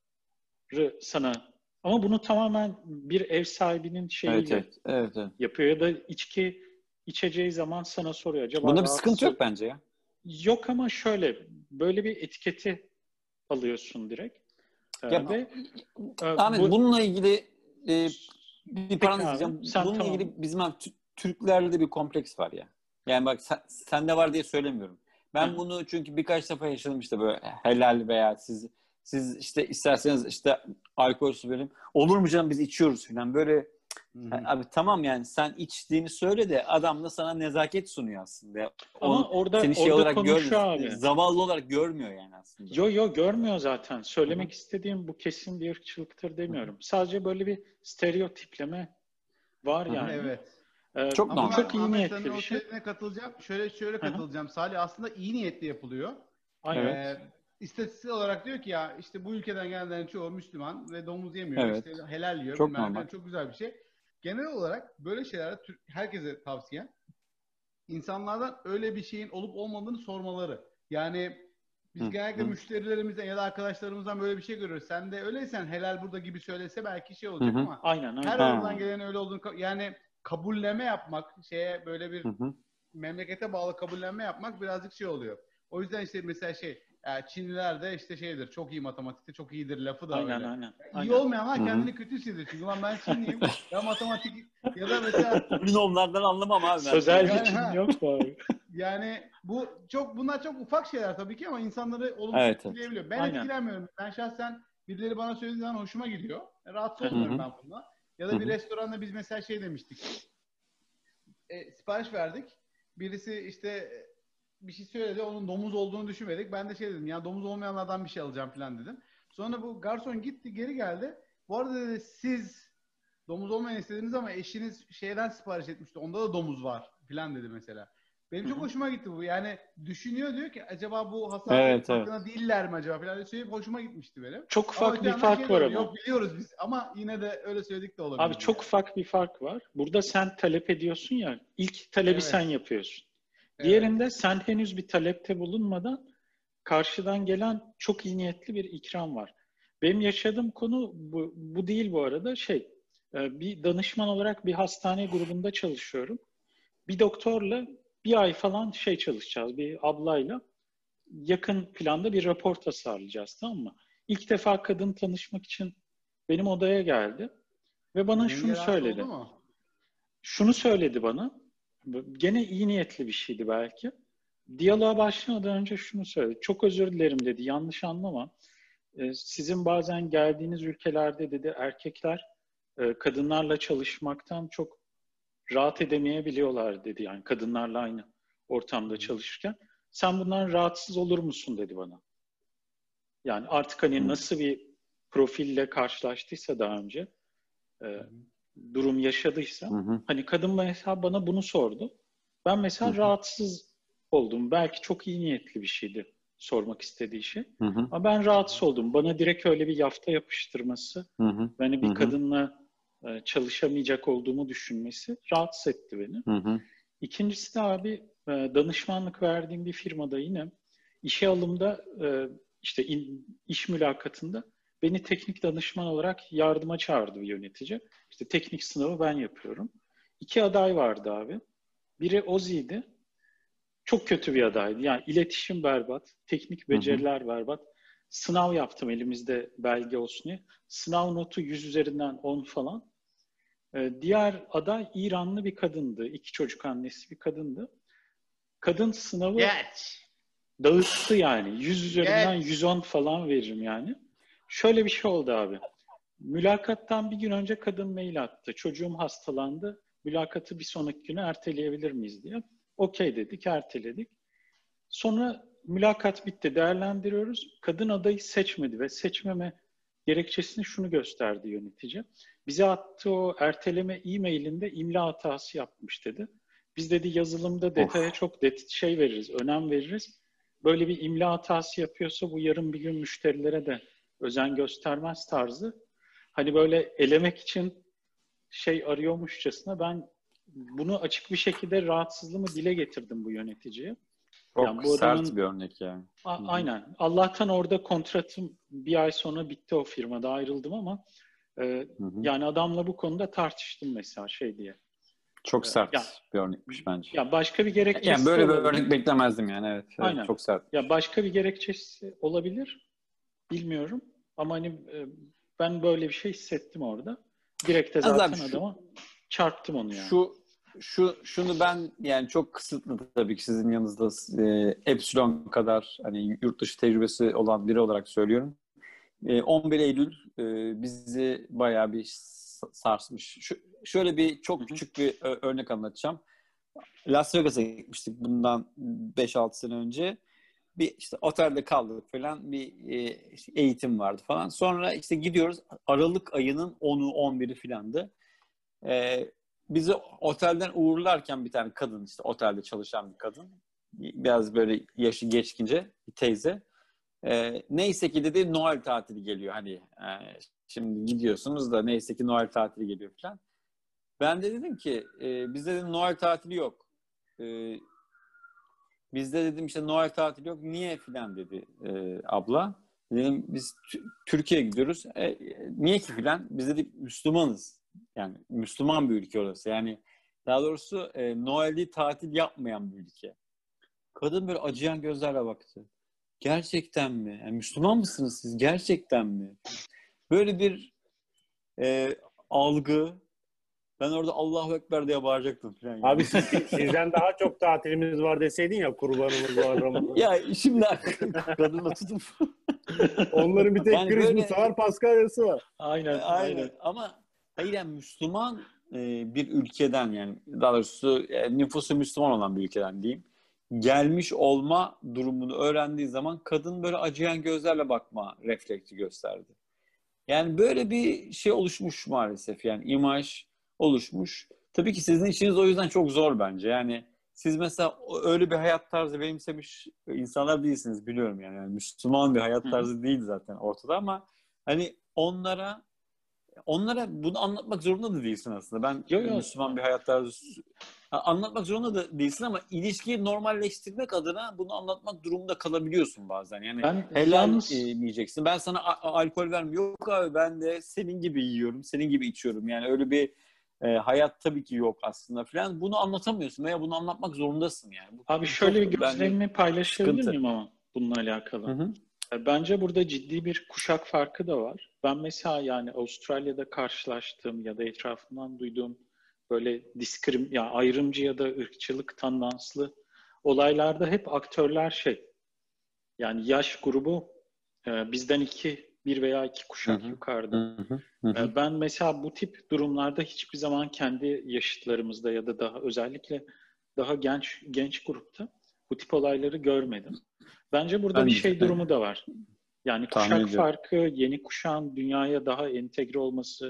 Sana. Ama bunu tamamen bir ev sahibinin şeyiyle evet, evet, evet, evet. yapıyor. Ya da içki içeceği zaman sana soruyor. Acaba bunda bir sıkıntı yok bence ya. Yok ama şöyle, böyle bir etiketi alıyorsun direkt. Ya, ee, ve Ahmet bu, bununla ilgili e, bir parantez diyeceğim. Bununla tamam. ilgili bizim abi, Türklerde bir kompleks var ya. Yani bak sen, sende var diye söylemiyorum. Ben Hı. bunu çünkü birkaç defa yaşadım işte böyle helal veya siz siz işte isterseniz işte alkol su verin. Olur mu canım biz içiyoruz falan böyle. Yani abi tamam yani sen içtiğini söyle de adam da sana nezaket sunuyor aslında. Ama Onu, orada seni şey orada olarak konuşuyor abi. Zavallı olarak görmüyor yani aslında. Yo yo görmüyor zaten. Söylemek Hı-hı. istediğim bu kesin bir ırkçılıktır demiyorum. Hı-hı. Sadece böyle bir stereotipleme var Hı-hı. yani. Evet. Ee, çok normal. Çok iyi niyetli bir şey. O katılacağım. Şöyle şöyle katılacağım. Hı-hı. Salih aslında iyi niyetli yapılıyor. Aynen. Ee, İstatistik olarak diyor ki ya işte bu ülkeden gelenlerin çoğu Müslüman ve domuz yemiyor. Evet. İşte helal yiyor. Çok normal. Yani çok güzel bir şey. Genel olarak böyle şeylerde herkese tavsiye insanlardan öyle bir şeyin olup olmadığını sormaları. Yani biz hı, genellikle hı. müşterilerimizden ya da arkadaşlarımızdan böyle bir şey görüyoruz. Sen de öyleysen helal burada gibi söylese belki şey olacak hı hı. ama aynen, aynen. her aradan gelen öyle olduğunu yani kabulleme yapmak şeye böyle bir hı hı. memlekete bağlı kabullenme yapmak birazcık şey oluyor. O yüzden işte mesela şey yani Çinliler de işte şeydir çok iyi matematikte çok iyidir lafı da aynen, öyle. Aynen, iyi aynen. olmayanlar kendini kötü hissediyor. Çünkü ulan ben Çinliyim ya matematik ya da mesela polinomlardan anlamam abi. Sözelci yani, Çin yok mu abi? Yani bu çok bunlar çok ufak şeyler tabii ki ama insanları olumsuz evet, etkileyebiliyor. Evet. Ben aynen. etkilenmiyorum. Ben şahsen birileri bana söylediği zaman hoşuma gidiyor. Rahatsız olmuyorum ben bundan. Ya da Hı-hı. bir restoranda biz mesela şey demiştik. E, sipariş verdik. Birisi işte bir şey söyledi. Onun domuz olduğunu düşünmedik. Ben de şey dedim ya domuz olmayanlardan bir şey alacağım falan dedim. Sonra bu garson gitti geri geldi. Bu arada dedi siz domuz olmayan istediniz ama eşiniz şeyden sipariş etmişti. Onda da domuz var falan dedi mesela. Benim çok Hı-hı. hoşuma gitti bu. Yani düşünüyor diyor ki acaba bu hasar evet, farkında evet. değiller mi acaba falan söyleyip hoşuma gitmişti benim. Çok ufak bir fark şey var ama. Yok biliyoruz biz ama yine de öyle söyledik de olabilir. Abi çok yani. ufak bir fark var. Burada sen talep ediyorsun ya ilk talebi evet. sen yapıyorsun. Diğerinde evet. sen henüz bir talepte bulunmadan karşıdan gelen çok iyi niyetli bir ikram var. Benim yaşadığım konu bu, bu değil bu arada. Şey, bir danışman olarak bir hastane grubunda çalışıyorum. Bir doktorla bir ay falan şey çalışacağız. Bir ablayla yakın planda bir rapor tasarlayacağız, tamam mı? İlk defa kadın tanışmak için benim odaya geldi ve bana Senin şunu söyledi. Şunu söyledi bana. Gene iyi niyetli bir şeydi belki. Diyaloğa başlamadan önce şunu söyledi. Çok özür dilerim dedi. Yanlış anlama. Ee, sizin bazen geldiğiniz ülkelerde dedi erkekler e, kadınlarla çalışmaktan çok rahat edemeyebiliyorlar dedi. Yani kadınlarla aynı ortamda çalışırken. Sen bundan rahatsız olur musun dedi bana. Yani artık hani nasıl bir profille karşılaştıysa daha önce e, durum yaşadıysa, Hı hı. hani kadın mesela bana bunu sordu. Ben mesela Hı hı. rahatsız oldum. Belki çok iyi niyetli bir şeydi sormak istediği şey. Hı hı. Ama ben rahatsız oldum. Bana direkt öyle bir yafta yapıştırması, Hı hı. hani Hı bir hı. kadınla e, çalışamayacak olduğumu düşünmesi rahatsız etti beni. Hı hı. İkincisi de abi e, danışmanlık verdiğim bir firmada yine işe alımda e, işte in- iş mülakatında beni teknik danışman olarak yardıma çağırdı bir yönetici. İşte teknik sınavı ben yapıyorum. İki aday vardı abi. Biri Ozi'ydi. Çok kötü bir adaydı. Yani iletişim berbat, teknik Hı hı. beceriler berbat. Sınav yaptım elimizde belge olsun diye. Sınav notu yüz üzerinden on falan. Ee, diğer aday İranlı bir kadındı. İki çocuk annesi bir kadındı. Kadın sınavı Geç. dağıttı yani. yüz üzerinden Geç. yüz on falan veririm yani. Şöyle bir şey oldu abi. Mülakattan bir gün önce kadın mail attı. Çocuğum hastalandı. Mülakatı bir sonraki güne erteleyebilir miyiz diye. Okey dedik, erteledik. Sonra mülakat bitti, değerlendiriyoruz. Kadın adayı seçmedi ve seçmeme gerekçesini şunu gösterdi yönetici. Bize attığı o erteleme e-mailinde imla hatası yapmış dedi. Biz dedi yazılımda detaya Of. çok det şey veririz, önem veririz. Böyle bir imla hatası yapıyorsa bu yarın bir gün müşterilere de özen göstermez tarzı. Hani böyle elemek için şey arıyormuşçasına ben bunu açık bir şekilde rahatsızlığımı dile getirdim bu yöneticiye. Yani Çok bu sert adamın bir örnek yani. a- Hı hı. aynen. Allah'tan orada kontratım bir ay sonra bitti, o firmada ayrıldım ama e, Hı hı. yani adamla bu konuda tartıştım mesela şey diye. Çok E, sert ya bir örnekmiş bence. ya başka bir Yani gerekçesi de böyle bir olabilir. örnek beklemezdim yani. Evet, evet, Aynen. çok sert. Ya başka bir gerekçesi olabilir. Bilmiyorum. Ama hani e, ben böyle bir şey hissettim orada. Direkt de Az abi zaten şu adama çarptım onu yani. şu şu şunu ben yani çok kısıtlı tabii ki sizin yanınızda e, Epsilon kadar hani yurt dışı tecrübesi olan biri olarak söylüyorum. E, on bir Eylül e, bizi bayağı bir sarsmış. Şu, şöyle bir Hı çok hı. küçük bir ö- örnek anlatacağım. Las Vegas'a gitmiştik bundan beş altı sene önce. Bir işte otelde kaldık falan, bir e, işte eğitim vardı falan. Sonra işte gidiyoruz, Aralık ayının onu on biri filandı. E, bizi otelden uğurlarken bir tane kadın, işte otelde çalışan bir kadın, biraz böyle yaşı geçkince bir teyze. E, neyse ki dedi Noel tatili geliyor, hani e, şimdi gidiyorsunuz da neyse ki Noel tatili geliyor falan. Ben de dedim ki e, bizde dedim Noel tatili yok. E, Bizde dedim işte Noel tatili yok. Niye filan dedi e, abla. Dedim biz T- Türkiye'ye gidiyoruz. E, e, niye ki filan? Biz dedik Müslümanız. Yani Müslüman bir ülke orası. Yani daha doğrusu e, Noel'i tatil yapmayan bir ülke. Kadın böyle acıyan gözlerle baktı. Gerçekten mi? Yani Müslüman mısınız siz? Gerçekten mi? Böyle bir e, algı. Ben orada Allahu Ekber diye bağıracaktım falan yani. Abi siz, sizden daha çok tatilimiz var deseydin ya, kurbanımız var, Ramazan. Ya şimdi kadınla tutup Onların bir tek yani Christmas böyle var, Paskalya'sı var. Aynen, aynen aynen. ama hayır yani Müslüman e, bir ülkeden, yani daha doğrusu e, nüfusu Müslüman olan bir ülkeden diyeyim, gelmiş olma durumunu öğrendiği zaman kadın böyle acıyan gözlerle bakma refleksi gösterdi. Yani böyle bir şey oluşmuş maalesef, yani imaj oluşmuş. Tabii ki sizin işiniz o yüzden çok zor bence. Yani siz mesela öyle bir hayat tarzı benimsemiş insanlar değilsiniz, biliyorum yani. Yani Müslüman bir hayat Hı hı. tarzı değil zaten ortada, ama hani onlara onlara bunu anlatmak zorunda da değilsin aslında. Ben Yo yo. Müslüman bir hayat tarzı anlatmak zorunda da değilsin, ama ilişkiyi normalleştirmek adına bunu anlatmak durumunda kalabiliyorsun bazen. Yani Ben helal e, yalnız yiyeceksin. Ben sana a- a- alkol vermiyorum. Yok abi, ben de senin gibi yiyorum, senin gibi içiyorum. Yani öyle bir e, hayat tabii ki yok aslında falan. Bunu anlatamıyorsun veya bunu anlatmak zorundasın yani. Bu, abi bu şöyle çok bir bence gözlemimi paylaşabilir sıkıntı. miyim ama bununla Hı alakalı? hı. E, Bence burada ciddi bir kuşak farkı da var. Ben mesela yani Avustralya'da karşılaştığım ya da etrafımdan duyduğum böyle diskrim ya ayrımcı ya da ırkçılık tandanslı olaylarda hep aktörler şey, yani yaş grubu e, bizden iki bir veya iki Hı kuşak hı. yukarıda. Hı hı. Hı hı. E, ben mesela bu tip durumlarda hiçbir zaman kendi yaşıtlarımızda ya da daha özellikle daha genç genç grupta bu tip olayları görmedim. Bence burada bir Ben de şey e, durumu da var. Yani tahmin kuşak ediyorum. farkı, yeni kuşağın dünyaya daha entegre olması,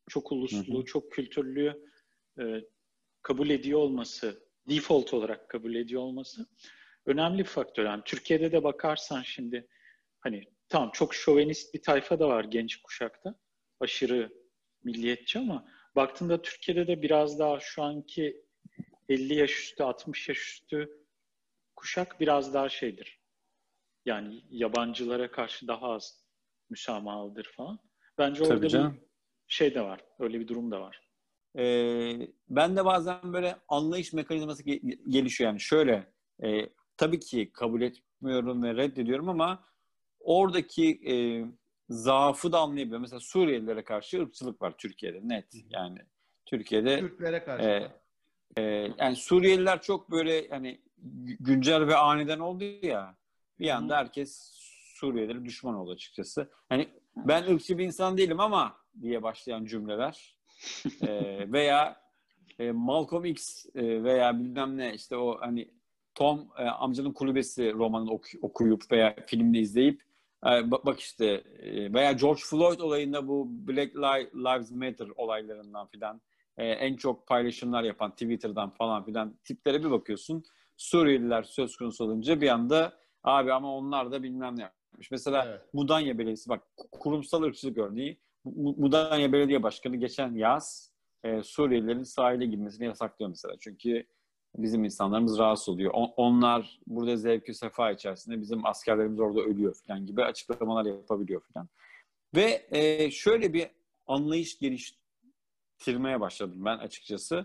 çok uluslu, Hı hı. çok kültürlü e, kabul ediyor olması, default olarak kabul ediyor olması önemli bir faktör. Yani Türkiye'de de bakarsan şimdi hani tamam çok şovenist bir tayfa da var genç kuşakta. Aşırı milliyetçi ama baktığında Türkiye'de de biraz daha şu anki elli yaş üstü, altmış yaş üstü kuşak biraz daha şeydir. Yani yabancılara karşı daha az müsamahalıdır falan. Bence Tabii orada bir canım. şey de var. Öyle bir durum da var. Ee, ben de bazen böyle anlayış mekanizması ge- gelişiyor. Yani şöyle, e, tabii ki kabul etmiyorum ve reddediyorum ama oradaki e, zaafı da anlayabiliyorum. Mesela Suriyelilere karşı ırkçılık var Türkiye'de net. Yani Türkiye'de Kürtlere karşı e, da. e, yani Suriyeliler çok böyle hani gü- güncel ve aniden oldu ya. Bir Hı anda hı. herkes Suriyelilere düşman oldu açıkçası. Hani ben ırkçı bir insan değilim ama diye başlayan cümleler. Ee, veya e, Malcolm X e, veya bilmem ne işte o hani Tom e, amcanın kulübesi romanını oku- okuyup veya filmini izleyip e, bak, bak işte e, veya George Floyd olayında bu Black Lives Matter olaylarından filan e, en çok paylaşımlar yapan Twitter'dan falan filan tiplere bir bakıyorsun. Suriyeliler söz konusu olunca bir anda abi ama onlar da bilmem ne yapmış. Mesela Evet. Mudanya Belediyesi bak kurumsal ırkçılık örneği. Mudanya Belediye Başkanı geçen yaz e, Suriyelilerin sahile girmesini yasaklıyor mesela. Çünkü bizim insanlarımız rahatsız oluyor. O, onlar burada zevk-i sefa içerisinde bizim askerlerimiz orada ölüyor falan gibi açıklamalar yapabiliyor falan. Ve e, şöyle bir anlayış geliştirmeye başladım ben açıkçası.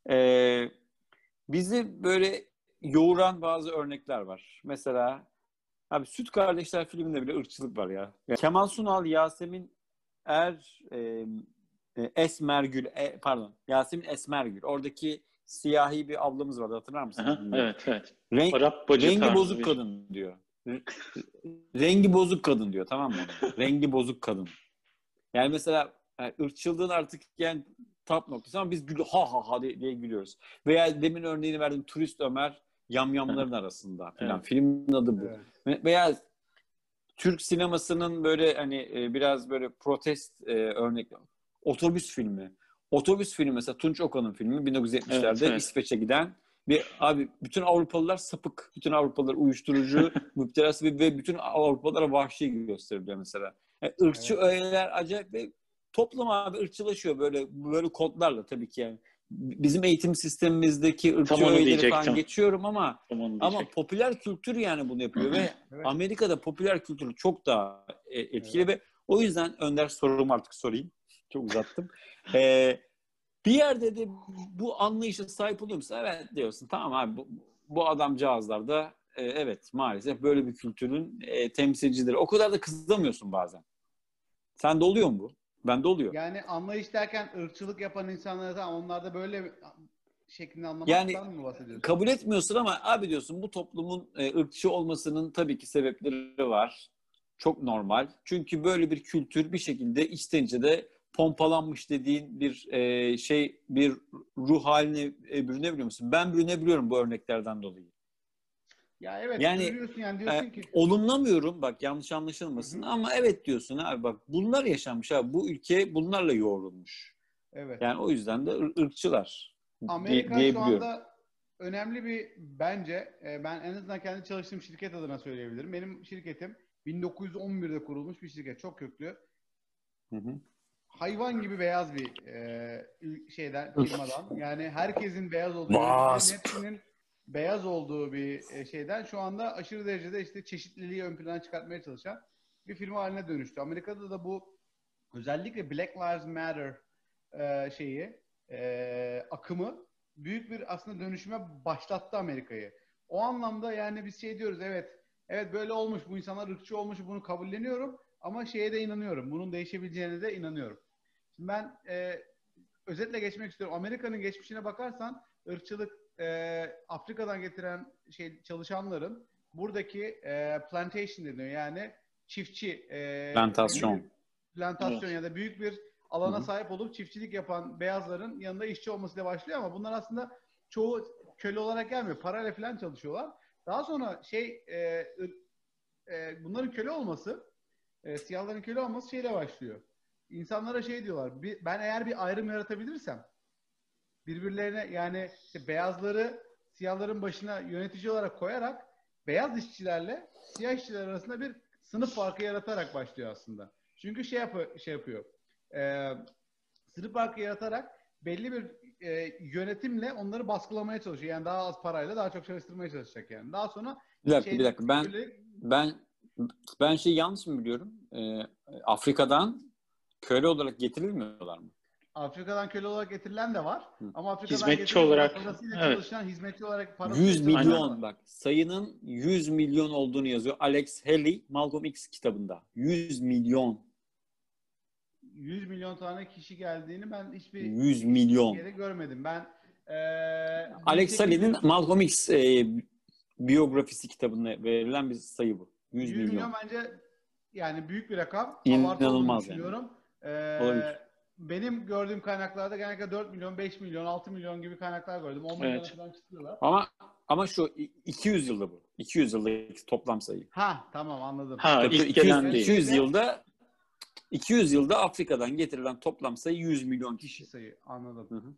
E, bizi böyle yoğuran bazı örnekler var. Mesela abi Süt Kardeşler filminde bile ırkçılık var ya. Ya Kemal Sunal, Yasemin Er, e, e, Esmergül, e, pardon, Yasemin Esmergül. Oradaki siyahi bir ablamız vardı hatırlar mısınız Aha, bilmiyorum. evet, evet. Renk, Arap bacı rengi tarzı bozuk bir. kadın diyor. Rengi bozuk kadın diyor tamam mı ona? Rengi bozuk kadın. Yani mesela yani ırkçılığın artık yani top noktası ama biz gül ha ha ha diye, diye gülüyoruz. Veya demin örneğini verdim Turist Ömer yamyamların arasında filan. Evet. Filmin adı bu. Evet. Veya Türk sinemasının böyle hani e, biraz böyle protest e, örnek otobüs filmi. Otobüs filmi mesela Tunç Okan'ın filmi Evet, bin dokuz yüz yetmişlerde evet. İsveç'e giden bir abi bütün Avrupalılar sapık. Bütün Avrupalılar uyuşturucu müptelası ve, ve bütün Avrupalılara vahşi gibi gösteriliyor mesela. Yani ırkçı Evet. öğeler acayip ve toplum abi ırkçılaşıyor böyle böyle kodlarla tabii ki yani. Bizim eğitim sistemimizdeki Tam ırkçı onu öğeleri falan diyecektim. geçiyorum ama Tam onu ama diyecektim. popüler kültür yani bunu yapıyor ve Evet. Amerika'da popüler kültür çok daha e, Evet. etkili ve o yüzden Önder sorumu artık sorayım. Çok uzattım. Ee, bir yerde de bu anlayışa sahip oluyor musun? Evet diyorsun. Tamam abi bu, bu adamcağızlar da e, evet maalesef böyle bir kültürün e, temsilcileri. O kadar da kızamıyorsun bazen. Sende oluyor mu bu? Bende oluyor. Yani anlayış derken ırkçılık yapan insanlara da onlar da böyle şeklinde Yani anlamaktan mı bahsediyorsun? kabul etmiyorsun ama abi diyorsun bu toplumun e, ırkçı olmasının tabii ki sebepleri var. Çok normal. Çünkü böyle bir kültür bir şekilde içten içe de pompalanmış dediğin bir e, şey bir ruh haline e, bürünebiliyor musun? Ben bürünebiliyorum bu örneklerden dolayı. Ya evet Yani bürünüyorsun yani e, diyorsun ki olumlamıyorum bak yanlış hı anlaşılmasın hı, ama evet diyorsun abi bak bunlar yaşanmış abi bu ülke bunlarla yoğrulmuş. evet. Yani o yüzden de ır- ırkçılar di- Amerika şu diyebiliyorum. anda önemli bir bence e, ben en azından kendi çalıştığım şirket adına söyleyebilirim. Benim şirketim bin dokuz yüz on birde kurulmuş bir şirket. Çok köklü. Hı hı. Hayvan gibi beyaz bir e, ül- şeyden firmadan. Yani herkesin beyaz olduğu, yöneticilerin Wasp. hepsinin beyaz olduğu bir e, şeyden şu anda aşırı derecede işte çeşitliliği ön plana çıkartmaya çalışan bir firma haline dönüştü. Amerika'da da bu özellikle Black Lives Matter e, şeyi e, akımı büyük bir aslında dönüşüme başlattı Amerika'yı. O anlamda yani biz şey diyoruz evet evet böyle olmuş bu insanlar ırkçı olmuş bunu kabulleniyorum ama şeye de inanıyorum. Bunun değişebileceğine de inanıyorum. Şimdi ben e, özetle geçmek istiyorum. Amerika'nın geçmişine bakarsan ırkçılık e, Afrika'dan getiren şey çalışanların buradaki e, plantation deniyor yani çiftçi e, belli bir Plantasyon. plantasyon Evet. ya da büyük bir Hı alana hı. sahip olup çiftçilik yapan beyazların yanında işçi olmasıyla başlıyor ama bunlar aslında çoğu köle olarak gelmiyor. Parayla falan çalışıyorlar. Daha sonra şey e, e, bunların köle olması e, siyahların köle olması şeyle başlıyor. insanlara şey diyorlar. Bir, ben eğer bir ayrım yaratabilirsem birbirlerine yani işte beyazları siyahların başına yönetici olarak koyarak beyaz işçilerle siyah işçiler arasında bir sınıf farkı yaratarak başlıyor aslında. Çünkü şey, yap şey yapıyor. E, sınıf farkı yaratarak belli bir e, yönetimle onları baskılamaya çalışıyor. Yani daha az parayla daha çok çalıştırmaya çalışacak yani. Daha sonra bir dakika şey, bir dakika ben böyle... ben ben şey yanlış mı biliyorum? Ee, Afrika'dan köle olarak getirilmiyorlar mı? Afrika'dan köle olarak getirilen de var. Hı. Ama Afrika'dan Hizmetçi getirilen olarak, parasıyla evet. çalışan, hizmetçi olarak parasıyla yüz çalışan milyon var. bak sayının yüz milyon olduğunu yazıyor. Alex Haley Malcolm X kitabında. yüz milyon. yüz milyon tane kişi geldiğini ben hiçbir yüz milyon. yere görmedim. Ben ee, Alex bin sekiz yüz Haley'nin Malcolm X e, biyografisi kitabında verilen bir sayı bu. yüz, yüz milyon. milyon bence yani büyük bir rakam. İnanılmaz Abartı olduğunu yani. düşünüyorum. Olabilir. Ee, benim gördüğüm kaynaklarda genellikle dört milyon, beş milyon, altı milyon gibi kaynaklar gördüm. on milyona Evet. falan çıkıyorlar. Ama ama şu iki yüz yılda bu. iki yüz yıldaki toplam sayı. Ha tamam anladım. Ha, Tabii, ilk iki yüz, gelen değil. iki yüz yılda iki yüz yılda Afrika'dan getirilen toplam sayı yüz milyon Kişi kişi. sayı anladım. Hı hı.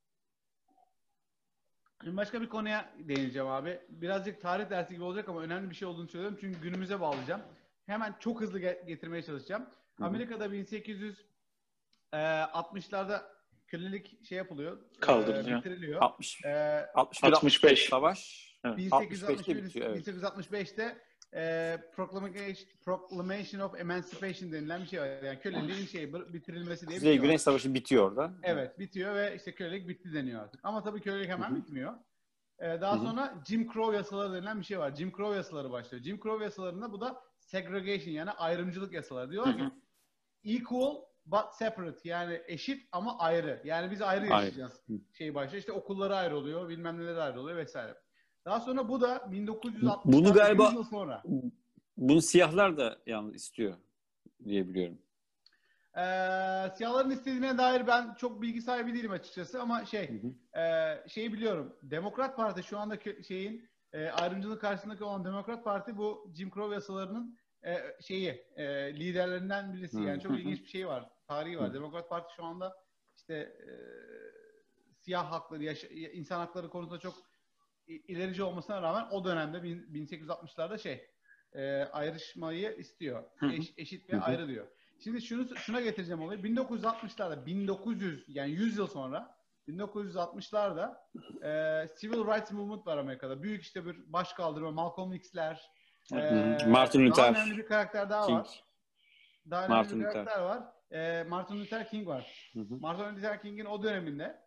Şimdi başka bir konuya değineceğim abi. Birazcık tarih dersi gibi olacak ama önemli bir şey olduğunu söylüyorum. Çünkü günümüze bağlayacağım. Hemen çok hızlı getirmeye çalışacağım. Hı hı. Amerika'da bin sekiz yüz altmışlarda kölelik şey yapılıyor. Kaldırılıyor. E, bitiriliyor. altmış, E, altmış bir, altmış beş. savaş. Evet. bin sekiz yüz altmış altmış beşte bir, bitiyor, evet. bin sekiz yüz altmış beşte e, Proclamation, Proclamation of Emancipation denilen bir şey var. Yani köleliğin şey bitirilmesi diye bir Kuzey şey var. Güney Savaşı bitiyor orada. Evet bitiyor ve işte kölelik bitti deniyor artık. Ama tabii kölelik hemen Hı hı. bitmiyor. Ee, daha Hı hı. sonra Jim Crow yasaları denilen bir şey var. Jim Crow yasaları başlıyor. Jim Crow yasalarında bu da segregation yani ayrımcılık yasaları. Diyorlar ki equal but separate yani eşit ama ayrı. Yani biz ayrı yaşayacağız. Ayrı. Şey başlıyor. İşte okulları ayrı oluyor, bilmem neleri ayrı oluyor vesaire. Daha sonra bu da bin dokuz yüz altmışlarda Bunu galiba yüz yıl sonra. bunu siyahlar da yalnız istiyor diye biliyorum. Ee, siyahların istediğine dair ben çok bilgi sahibi değilim açıkçası ama şey Hı hı. e, şeyi biliyorum. Demokrat Parti şu andaki şeyin e, ayrımcılık karşısındaki olan Demokrat Parti bu Jim Crow yasalarının e, şeyi e, liderlerinden birisi. Hı. Yani çok Hı hı. ilginç bir şey var. Tarihi var. Hı. Demokrat Parti şu anda işte e, siyah hakları, yaşa, insan hakları konusunda çok ilerici olmasına rağmen o dönemde bin sekiz yüz altmışlarda şey e, ayrışmayı istiyor. Hı hı. Eş, eşit ve Hı hı. ayrı diyor. Şimdi şunu şuna getireceğim olayı. bin dokuz yüz altmışlarda bin dokuz yüz yani yüz yıl sonra bin dokuz yüz altmışlarda e, Civil Rights Movement var Amerika'da. Büyük işte bir baş kaldırma. Malcolm X'ler. E, Martin daha Luther önemli bir karakter daha King. var. Daha Martin önemli bir Luther. karakter var. E, Martin Luther King var. Hı hı. Martin Luther King'in o döneminde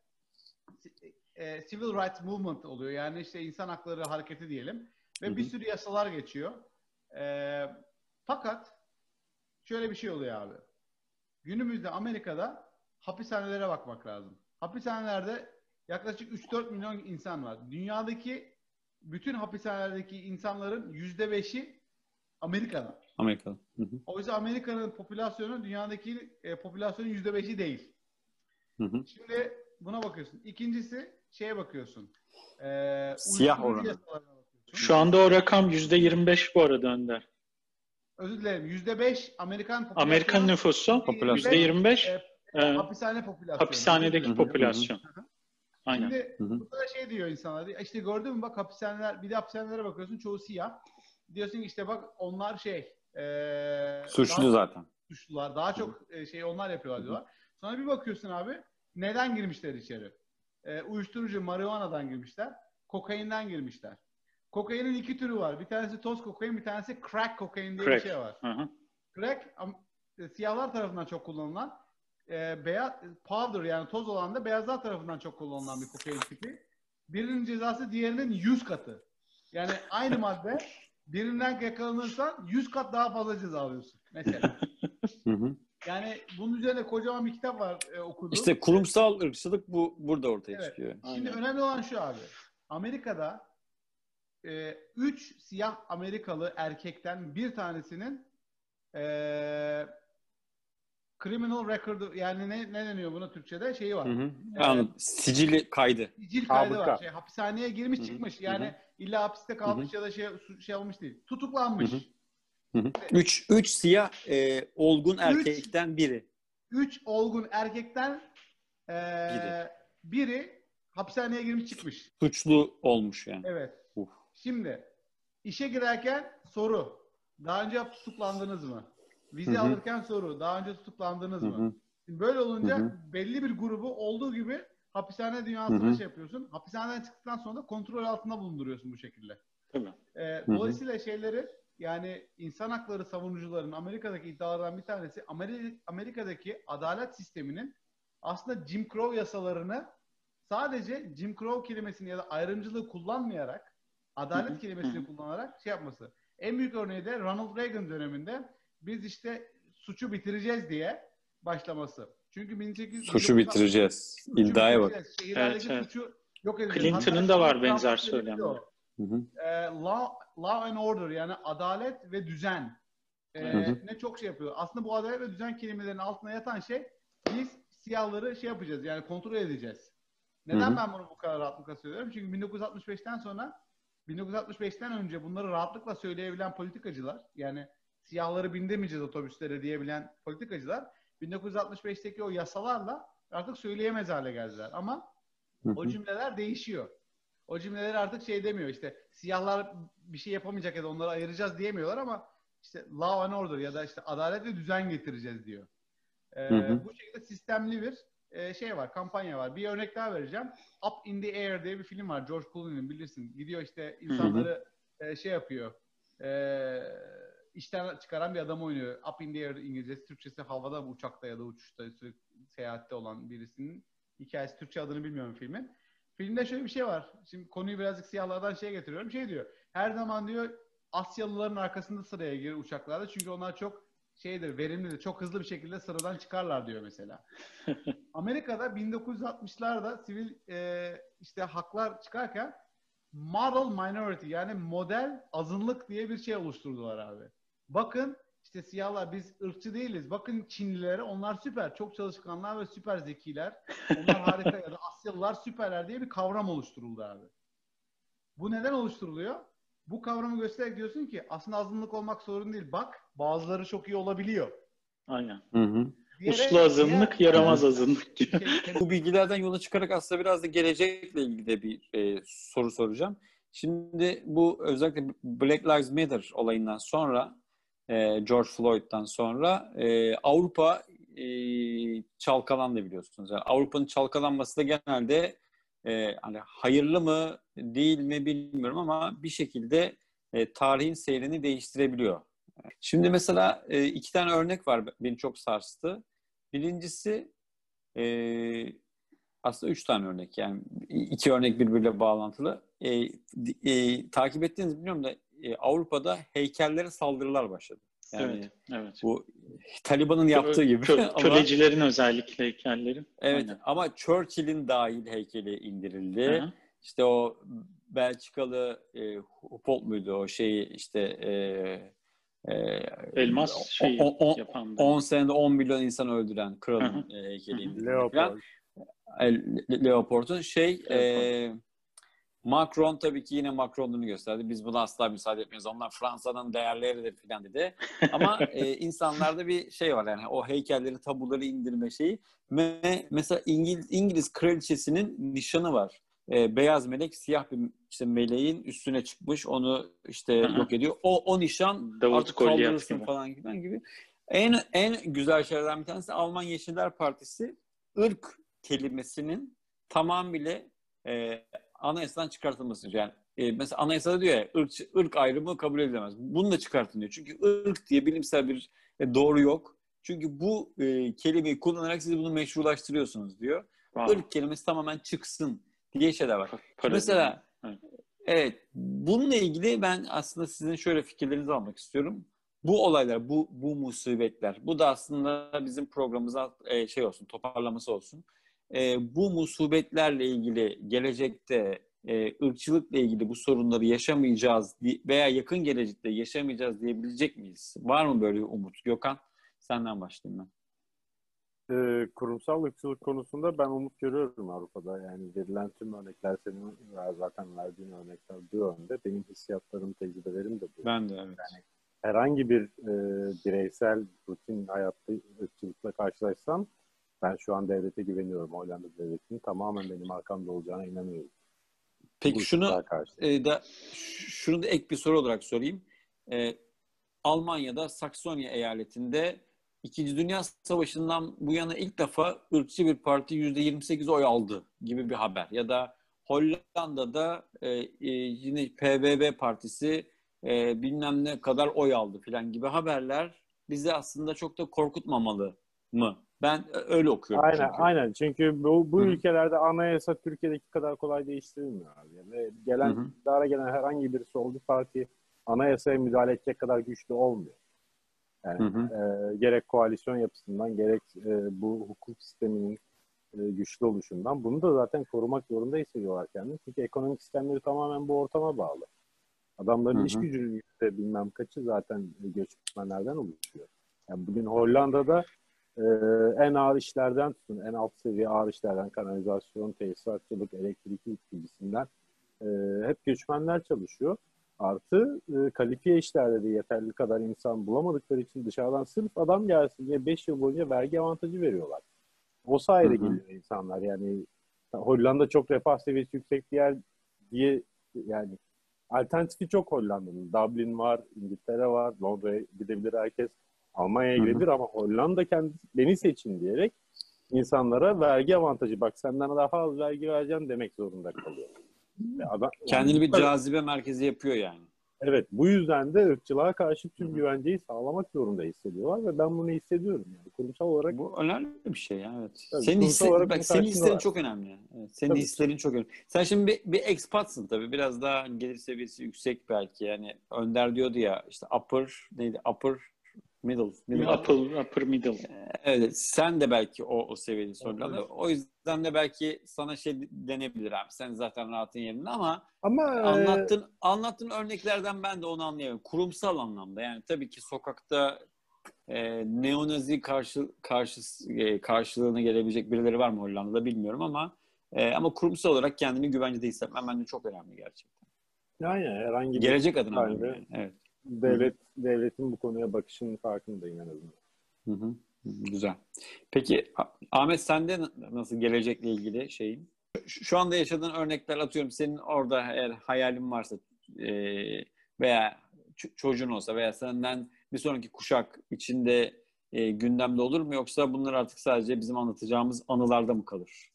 e, Civil Rights Movement oluyor. Yani işte insan hakları hareketi diyelim. Ve Hı hı. bir sürü yasalar geçiyor. E, fakat şöyle bir şey oluyor abi. Günümüzde Amerika'da hapishanelere bakmak lazım. Hapishanelerde yaklaşık üç dört milyon insan var. Dünyadaki bütün hapishanelerdeki insanların yüzde beşi Amerika'da. Amerika'da. Hı hı. Oysa Amerika'nın popülasyonu dünyadaki e, popülasyonun yüzde beşi değil. Hı hı. Şimdi buna bakıyorsun. İkincisi şeye bakıyorsun. E, Siyah uyuşturucu oranı. yasalarına bakıyorsun. Şu anda o rakam yüzde yirmi beş bu arada Önder. Özür dilerim. yüzde beş Amerikan popülasyonu. Amerikan nüfusu Popülasyon. yüzde yirmi beş e, e, hapishane popülasyonu. hapishanedeki Hı hı. popülasyon. Aynen. Şimdi Hı hı. burada şey diyor insanlar. İşte gördün mü bak hapishaneler, bir de hapishanelere bakıyorsun çoğu siyah. Diyorsun ki işte bak onlar şey e, Suçlu daha zaten. suçlular. Daha çok e, şey onlar yapıyorlar diyorlar. Sonra bir bakıyorsun abi neden girmişler içeri? E, uyuşturucu, marihuana'dan girmişler. Kokainden girmişler. Kokainin iki türü var. Bir tanesi toz kokain, bir tanesi crack kokain diye Crack. bir şey var. Hı hı. Crack e, siyahlar tarafından çok kullanılan, e, beyaz powder yani toz olan da beyazlar tarafından çok kullanılan bir kokain tipi. Birinin cezası diğerinin yüz katı. Yani aynı madde birinden yakalanırsan yüz kat daha fazla ceza alıyorsun mesela. Hı hı. Yani bunun üzerine kocaman bir kitap var e, okudum. İşte kurumsal ırkçılık bu burada ortaya Evet. çıkıyor. Şimdi Aynen. önemli olan şu abi. Amerika'da e, üç siyah Amerikalı erkekten bir tanesinin e, criminal record yani ne, ne deniyor buna Türkçe'de şeyi var. Hı hı. Ee, Anladım. Sicili kaydı. Sicil kaydı Sabıka. var. Şey, hapishaneye girmiş Hı hı. çıkmış. Hı Yani hı. illa hapiste kalmış Hı ya da şey, şey olmuş değil. Tutuklanmış. Hı hı. Hı hı. Üç, üç siyah e, olgun erkekten biri. üç olgun erkekten e, Biri. biri hapishaneye girmiş çıkmış. Suçlu olmuş yani. Evet. Uf. Şimdi işe girerken soru. Daha önce tutuklandınız mı? Vize Hı hı. alırken soru. Daha önce tutuklandınız Hı mı? hı. Şimdi böyle olunca Hı hı. belli bir grubu olduğu gibi hapishane dünyasına Hı hı. şey yapıyorsun. Hapishaneden çıktıktan sonra da kontrol altında bulunduruyorsun bu şekilde. Tabii. Ee, hı. dolayısıyla şeyleri yani insan hakları savunucuların Amerika'daki iddialardan bir tanesi Ameri- Amerika'daki adalet sisteminin aslında Jim Crow yasalarını sadece Jim Crow kelimesini ya da ayrımcılığı kullanmayarak adalet Hı hı. kelimesini Hı hı. kullanarak şey yapması. En büyük örneği de Ronald Reagan döneminde biz işte suçu bitireceğiz diye başlaması. Çünkü bin sekiz yüz Suçu bitireceğiz. suçu İddiaya bak. bitireceğiz. Şehirlerdeki Evet, evet. suçu yok edeceğiz. Hatta Clinton'ın da var şeyin benzer Trump'ın söylediği de o. söylemler. Hı hı. E, law, law and order yani adalet ve düzen e, Hı hı. ne çok şey yapıyor. Aslında bu adalet ve düzen kelimelerinin altına yatan şey biz siyahları şey yapacağız yani kontrol edeceğiz. Neden Hı hı. ben bunu bu kadar rahatlıkla söylüyorum? Çünkü bin dokuz yüz altmış beşten sonra bin dokuz yüz altmış beşten önce bunları rahatlıkla söyleyebilen politikacılar yani siyahları bindirmeyeceğiz otobüslere diyebilen politikacılar bin dokuz yüz altmış beşteki o yasalarla artık söyleyemez hale geldiler. Ama Hı o hı. cümleler değişiyor. O cümleler artık şey demiyor işte siyahlar bir şey yapamayacak ya da onları ayıracağız diyemiyorlar ama işte law and order ya da işte adalet ve düzen getireceğiz diyor. Ee, Hı hı. bu şekilde sistemli bir e, şey var, kampanya var. Bir örnek daha vereceğim. Up in the Air diye bir film var. George Clooney'nin bilirsin. Gidiyor işte insanları e, şey yapıyor. E, işten çıkaran bir adam oynuyor. Up in the Air İngilizcesi, Türkçesi havada, uçakta ya da uçuşta, sürekli seyahatte olan birisinin hikayesi. Türkçe adını bilmiyorum filmin. Filmde şöyle bir şey var. Şimdi konuyu birazcık siyahlardan şeye getiriyorum. Şey diyor. Her zaman diyor Asyalıların arkasında sıraya gir uçaklarda. Çünkü onlar çok şeydir, verimlidir. Çok hızlı bir şekilde sıradan çıkarlar diyor mesela. Amerika'da bin dokuz yüz altmışlarda sivil e, işte haklar çıkarken model minority yani model azınlık diye bir şey oluşturdular abi. Bakın işte siyahlar biz ırkçı değiliz. Bakın Çinlilere onlar süper. Çok çalışkanlar ve süper zekiler. Onlar harika ya da Asyalılar süperler diye bir kavram oluşturuldu abi. Bu neden oluşturuluyor? Bu kavramı göstererek diyorsun ki aslında azınlık olmak sorun değil. Bak bazıları çok iyi olabiliyor. Aynen. Hı hı. Diğere, Uslu azınlık, diğer, yaramaz azınlık gibi. şey, Bu bilgilerden yola çıkarak aslında biraz da gelecekle ilgili de bir e, soru soracağım. Şimdi bu özellikle Black Lives Matter olayından sonra e, George Floyd'dan sonra e, Avrupa e, çalkalandı biliyorsunuz. Yani Avrupa'nın çalkalanması da genelde e, hani hayırlı mı değil mi bilmiyorum ama bir şekilde e, tarihin seyrini değiştirebiliyor. Şimdi mesela e, iki tane örnek var beni çok sarstı. Birincisi e, aslında üç tane örnek yani iki örnek birbiriyle bağlantılı. E, e, takip ettiğiniz bilmiyorum da e, Avrupa'da heykellere saldırılar başladı. Yani Evet, evet. bu Taliban'ın yaptığı gibi Kö, ama kölecilerin özellikle heykelleri. evet Aynen. ama Churchill'in dahil heykeli indirildi. Aha. İşte o Belçikalı e, Hupold muydu o şeyi işte e, e, Elmas şeyi yapan da. on senede on milyon insan öldüren kralın Aha. e, heykeli Aha. indirildi. Leopold. Le- Leopold'un şey Leopold. e, Macron tabii ki yine Macron'luğunu gösterdi. Biz buna asla müsaade etmeyiz. Onlar Fransa'nın değerleridir falan dedi. Ama e, insanlarda bir şey var yani o heykelleri, tabuları indirme şeyi. Ve mesela İngiliz, İngiliz kraliçesinin nişanı var. E, beyaz melek siyah bir işte meleğin üstüne çıkmış. Onu işte Aha. yok ediyor. O, o nişan Davut artık Goliath kaldırırsın gibi. falan gibi. gibi. En, en güzel şeylerden bir tanesi Alman Yeşiller Partisi ırk kelimesinin tamamıyla e, anayasadan çıkartılması. Yani e, mesela anayasada diyor ya ırk, ırk ayrımı kabul edilemez. Bunu da çıkartın diyor. Çünkü ırk diye bilimsel bir e, doğru yok. Çünkü bu e, kelimeyi kullanarak siz bunu meşrulaştırıyorsunuz diyor. Wow. Irk kelimesi tamamen çıksın diye şeyler var. Para Mesela evet. evet bununla ilgili ben aslında sizin şöyle fikirlerinizi almak istiyorum. Bu olaylar, bu bu musibetler, bu da aslında bizim programımıza e, şey olsun, toparlaması olsun. E, bu musibetlerle ilgili gelecekte e, ırkçılıkla ilgili bu sorunları yaşamayacağız veya yakın gelecekte yaşamayacağız diyebilecek miyiz? Var mı böyle bir umut? Gökhan, senden başlayayım ben. Ee, kurumsal ırkçılık konusunda ben umut görüyorum Avrupa'da. Yani verilen tüm örnekler senin zaten verdiğin örnekler bu yönde. Benim hissiyatlarım, tecrübelerim de bu. Ben de evet. Yani herhangi bir e, bireysel rutin hayatta ırkçılıkla karşılaşsam ben şu an devlete güveniyorum. Hollanda devletinin tamamen benim arkamda olacağına inanıyorum. Peki Bu şunu karşı. e, da şunu da ek bir soru olarak sorayım. E, Almanya'da Saksonya eyaletinde İkinci Dünya Savaşı'ndan bu yana ilk defa ırkçı bir parti yüzde yirmi sekiz oy aldı gibi bir haber. Ya da Hollanda'da e, e, yine P V V partisi e, bilmem ne kadar oy aldı falan gibi haberler bizi aslında çok da korkutmamalı mı? Ben öyle okuyorum Aynen, çünkü. aynen. Çünkü bu, bu Hı-hı. ülkelerde anayasa Türkiye'deki kadar kolay değiştirilmiyor abi. Ve gelen, Hı-hı. iktidara gelen herhangi bir solcu parti anayasaya müdahale edecek kadar güçlü olmuyor. Yani e, gerek koalisyon yapısından gerek e, bu hukuk sisteminin e, güçlü oluşundan bunu da zaten korumak zorunda hissediyorlar kendini. Çünkü ekonomik sistemleri tamamen bu ortama bağlı. Adamların Hı-hı. iş gücünün yüzde bilmem kaçı zaten göçmenlerden oluşuyor. Yani bugün Hollanda'da e, en ağır işlerden tutun, en alt seviye ağır işlerden kanalizasyon, tesisatçılık, elektrik gibisinden e, hep göçmenler çalışıyor. Artı e, kalifiye işlerde de yeterli kadar insan bulamadıkları için dışarıdan sırf adam gelsin diye beş yıl boyunca vergi avantajı veriyorlar. O sayede geliyor insanlar. Yani Hollanda çok refah seviyesi yüksek bir yer diye yani alternatifi çok Hollanda'nın. Dublin var, İngiltere var, Londra'ya gidebilir herkes. Almanya'ya gidebilir ama Hollanda kendisi beni seçin diyerek insanlara vergi avantajı. Bak senden daha az vergi vereceğim demek zorunda kalıyor. Ve adam, Kendini yani, bir cazibe merkezi yapıyor yani. Evet, bu yüzden de ırkçılığa karşı tüm güvenceyi sağlamak zorunda hissediyorlar ve ben bunu hissediyorum yani kurumsal olarak. Bu önemli bir şey ya, evet. Tabii, senin kurumsal hissi, olarak bak, bunun senin hislerin karşısındalar. çok önemli. Evet, senin Tabii. hislerin çok önemli. Sen şimdi bir, bir expatsın tabii. Biraz daha gelir seviyesi yüksek belki. Yani Önder diyordu ya işte upper neydi? Upper middle. middle upper, upper middle. Evet. Sen de belki o, o seviyede sorularla. O yüzden de belki sana şey denebilir abi. Sen zaten rahatın yerinde ama Ama anlattığın, e... anlattığın örneklerden ben de onu anlayamıyorum. Kurumsal anlamda. Yani tabii ki sokakta e, neonazi karşı, karşı, e, karşılığına gelebilecek birileri var mı Hollanda'da bilmiyorum ama e, ama kurumsal olarak kendini güvencede hissetmen bence çok önemli gerçekten. Yani herhangi bir gelecek adına halde, önemli. Yani. Evet. Devlet, Hı-hı. devletin bu konuya bakışının farkındayım en azından. Hı hı. Güzel. Peki Ahmet sende nasıl gelecekle ilgili şeyin? Şu anda yaşadığın örnekler atıyorum senin orada eğer hayalin varsa e, veya ç- çocuğun olsa veya senden bir sonraki kuşak içinde e, gündemde olur mu yoksa bunlar artık sadece bizim anlatacağımız anılarda mı kalır?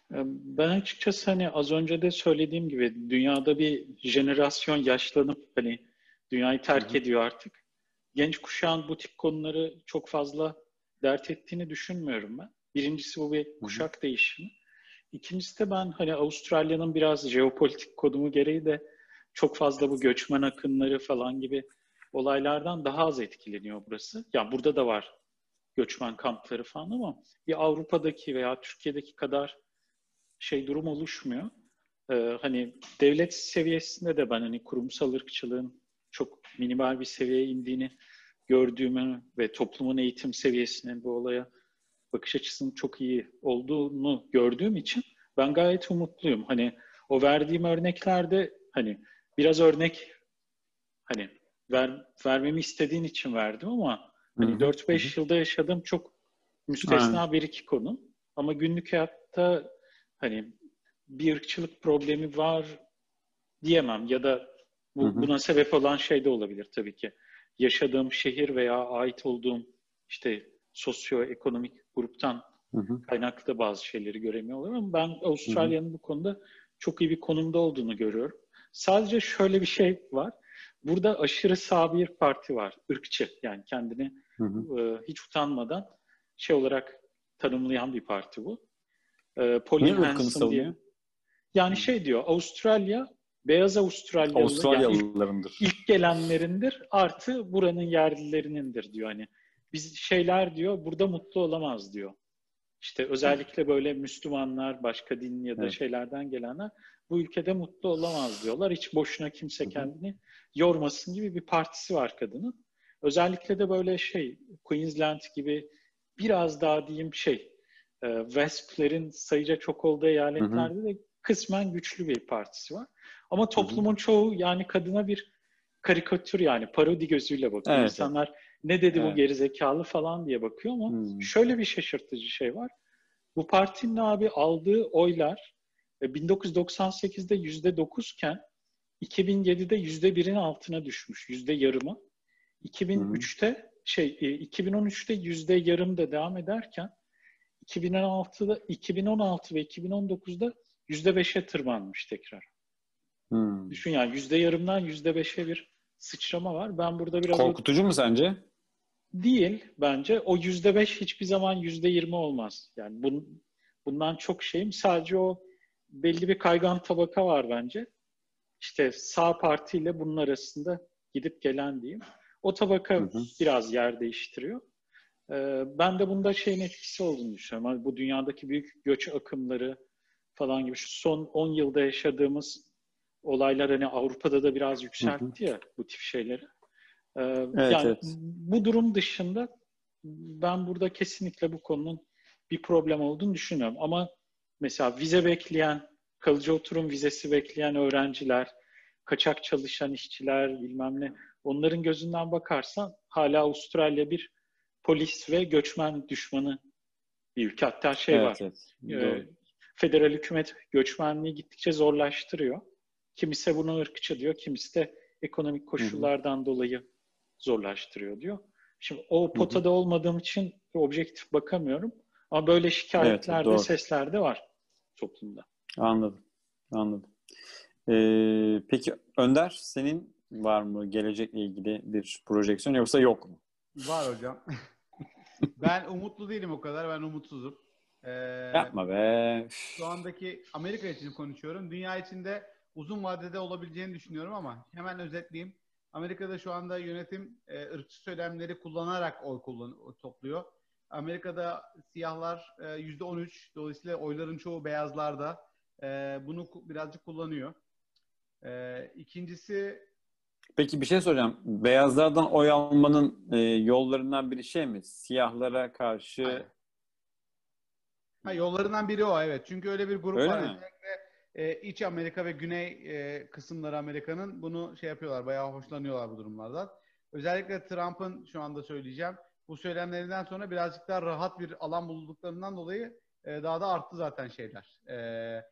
Ben açıkçası hani az önce de söylediğim gibi dünyada bir jenerasyon yaşlanıp hani dünyayı terk Hı-hı. ediyor artık. Genç kuşağın bu tip konuları çok fazla dert ettiğini düşünmüyorum ben. Birincisi bu bir kuşak Hı-hı. değişimi. İkincisi de ben hani Avustralya'nın biraz jeopolitik konumu gereği de çok fazla bu göçmen akınları falan gibi olaylardan daha az etkileniyor burası. Yani burada da var göçmen kampları falan ama bir Avrupa'daki veya Türkiye'deki kadar şey durum oluşmuyor. Ee, hani devlet seviyesinde de ben hani kurumsal ırkçılığın çok minimal bir seviyeye indiğini gördüğümü ve toplumun eğitim seviyesinin bu olaya bakış açısının çok iyi olduğunu gördüğüm için ben gayet umutluyum. Hani o verdiğim örneklerde hani biraz örnek hani ver, vermemi istediğin için verdim ama hani dört beş yılda yaşadığım çok müstesna Aynen. bir iki konu. Ama günlük hayatta hani bir ırkçılık problemi var diyemem ya da bu, hı hı. buna sebep olan şey de olabilir tabii ki. Yaşadığım şehir veya ait olduğum işte sosyoekonomik gruptan hı hı. kaynaklı da bazı şeyleri göremiyor olabilirim ama ben Avustralya'nın bu konuda çok iyi bir konumda olduğunu görüyorum. Sadece şöyle bir şey var. Burada aşırı sağ bir parti var. Irkçı yani kendini hı hı. E, hiç utanmadan şey olarak tanımlayan bir parti bu. E, Pauline Hanson diye. Yani şey diyor Avustralya beyaz Avustralyalı Avustralyalılarındır. Yani ilk, ilk gelenlerindir artı buranın yerlilerinindir diyor hani. Biz şeyler diyor burada mutlu olamaz diyor. İşte özellikle böyle Müslümanlar başka din ya da evet. şeylerden gelenler bu ülkede mutlu olamaz diyorlar. Hiç boşuna kimse kendini yormasın gibi bir partisi var kadının. Özellikle de böyle şey Queensland gibi biraz daha diyeyim şey Wesp'lerin sayıca çok olduğu eyaletlerde hı hı. de kısmen güçlü bir partisi var. Ama toplumun hı hı. çoğu yani kadına bir karikatür yani parodi gözüyle bakıyor. Evet, İnsanlar ne dedi evet. bu gerizekalı falan diye bakıyor ama Hmm. şöyle bir şaşırtıcı şey var. Bu partinin abi aldığı oylar bin dokuz yüz doksan sekizde yüzde dokuzken iki bin yedide yüzde birin altına düşmüş. Yüzde yarıma. iki bin üçte şey iki bin on üçte yüzde yarım da devam ederken iki bin on altıda iki bin on altı ve iki bin on dokuzda yüzde beşe tırmanmış tekrar. Hmm. Düşün yani yüzde yarımdan yüzde beşe bir sıçrama var. Ben burada biraz Korkutucu o... mu sence? Değil bence. O yüzde beş hiçbir zaman yüzde yirmi olmaz. Yani bun, bundan çok şeyim. Sadece o belli bir kaygan tabaka var bence. İşte sağ partiyle bunun arasında gidip gelen diyeyim. O tabaka hı hı. biraz yer değiştiriyor. Ee, ben de bunda şeyin etkisi olduğunu düşünüyorum. Yani bu dünyadaki büyük göç akımları falan gibi şu son on yılda yaşadığımız olaylar hani Avrupa'da da biraz yükseltti ya bu tip şeyleri. Ee, evet, yani evet. bu durum dışında ben burada kesinlikle bu konunun bir problem olduğunu düşünüyorum. Ama mesela vize bekleyen, kalıcı oturum vizesi bekleyen öğrenciler, kaçak çalışan işçiler bilmem ne onların gözünden bakarsan hala Avustralya bir polis ve göçmen düşmanı bir ülke. Hatta şey evet, var. Evet, e, federal hükümet göçmenliği gittikçe zorlaştırıyor. Kimisi bunu ırkçı diyor, kimisi de ekonomik koşullardan hı hı. dolayı zorlaştırıyor diyor. Şimdi o potada hı hı. olmadığım için objektif bakamıyorum. Ama böyle şikayetler de, evet, sesler de var toplumda. Anladım. Anladım. Ee, peki Önder, senin var mı gelecekle ilgili bir projeksiyon yoksa yok mu? Var hocam. Ben umutlu değilim o kadar. Ben umutsuzum. Ee, Yapma be. Şu andaki Amerika için konuşuyorum. Dünya içinde uzun vadede olabileceğini düşünüyorum ama hemen özetleyeyim. Amerika'da şu anda yönetim e, ırkçı söylemleri kullanarak oy kullan topluyor. Amerika'da siyahlar e, yüzde on üç, dolayısıyla oyların çoğu beyazlarda. E, bunu birazcık kullanıyor. E, ikincisi... Peki bir şey soracağım. Beyazlardan oy almanın e, yollarından biri şey mi? Siyahlara karşı... Hayır. Ha, yollarından biri o, evet. Çünkü öyle bir grup öyle var. Mi? Özellikle e, İç Amerika ve Güney e, kısımları Amerika'nın bunu şey yapıyorlar. Bayağı hoşlanıyorlar bu durumlardan. Özellikle Trump'ın şu anda söyleyeceğim. Bu söylemlerinden sonra birazcık daha rahat bir alan bulduklarından dolayı e, daha da arttı zaten şeyler. E,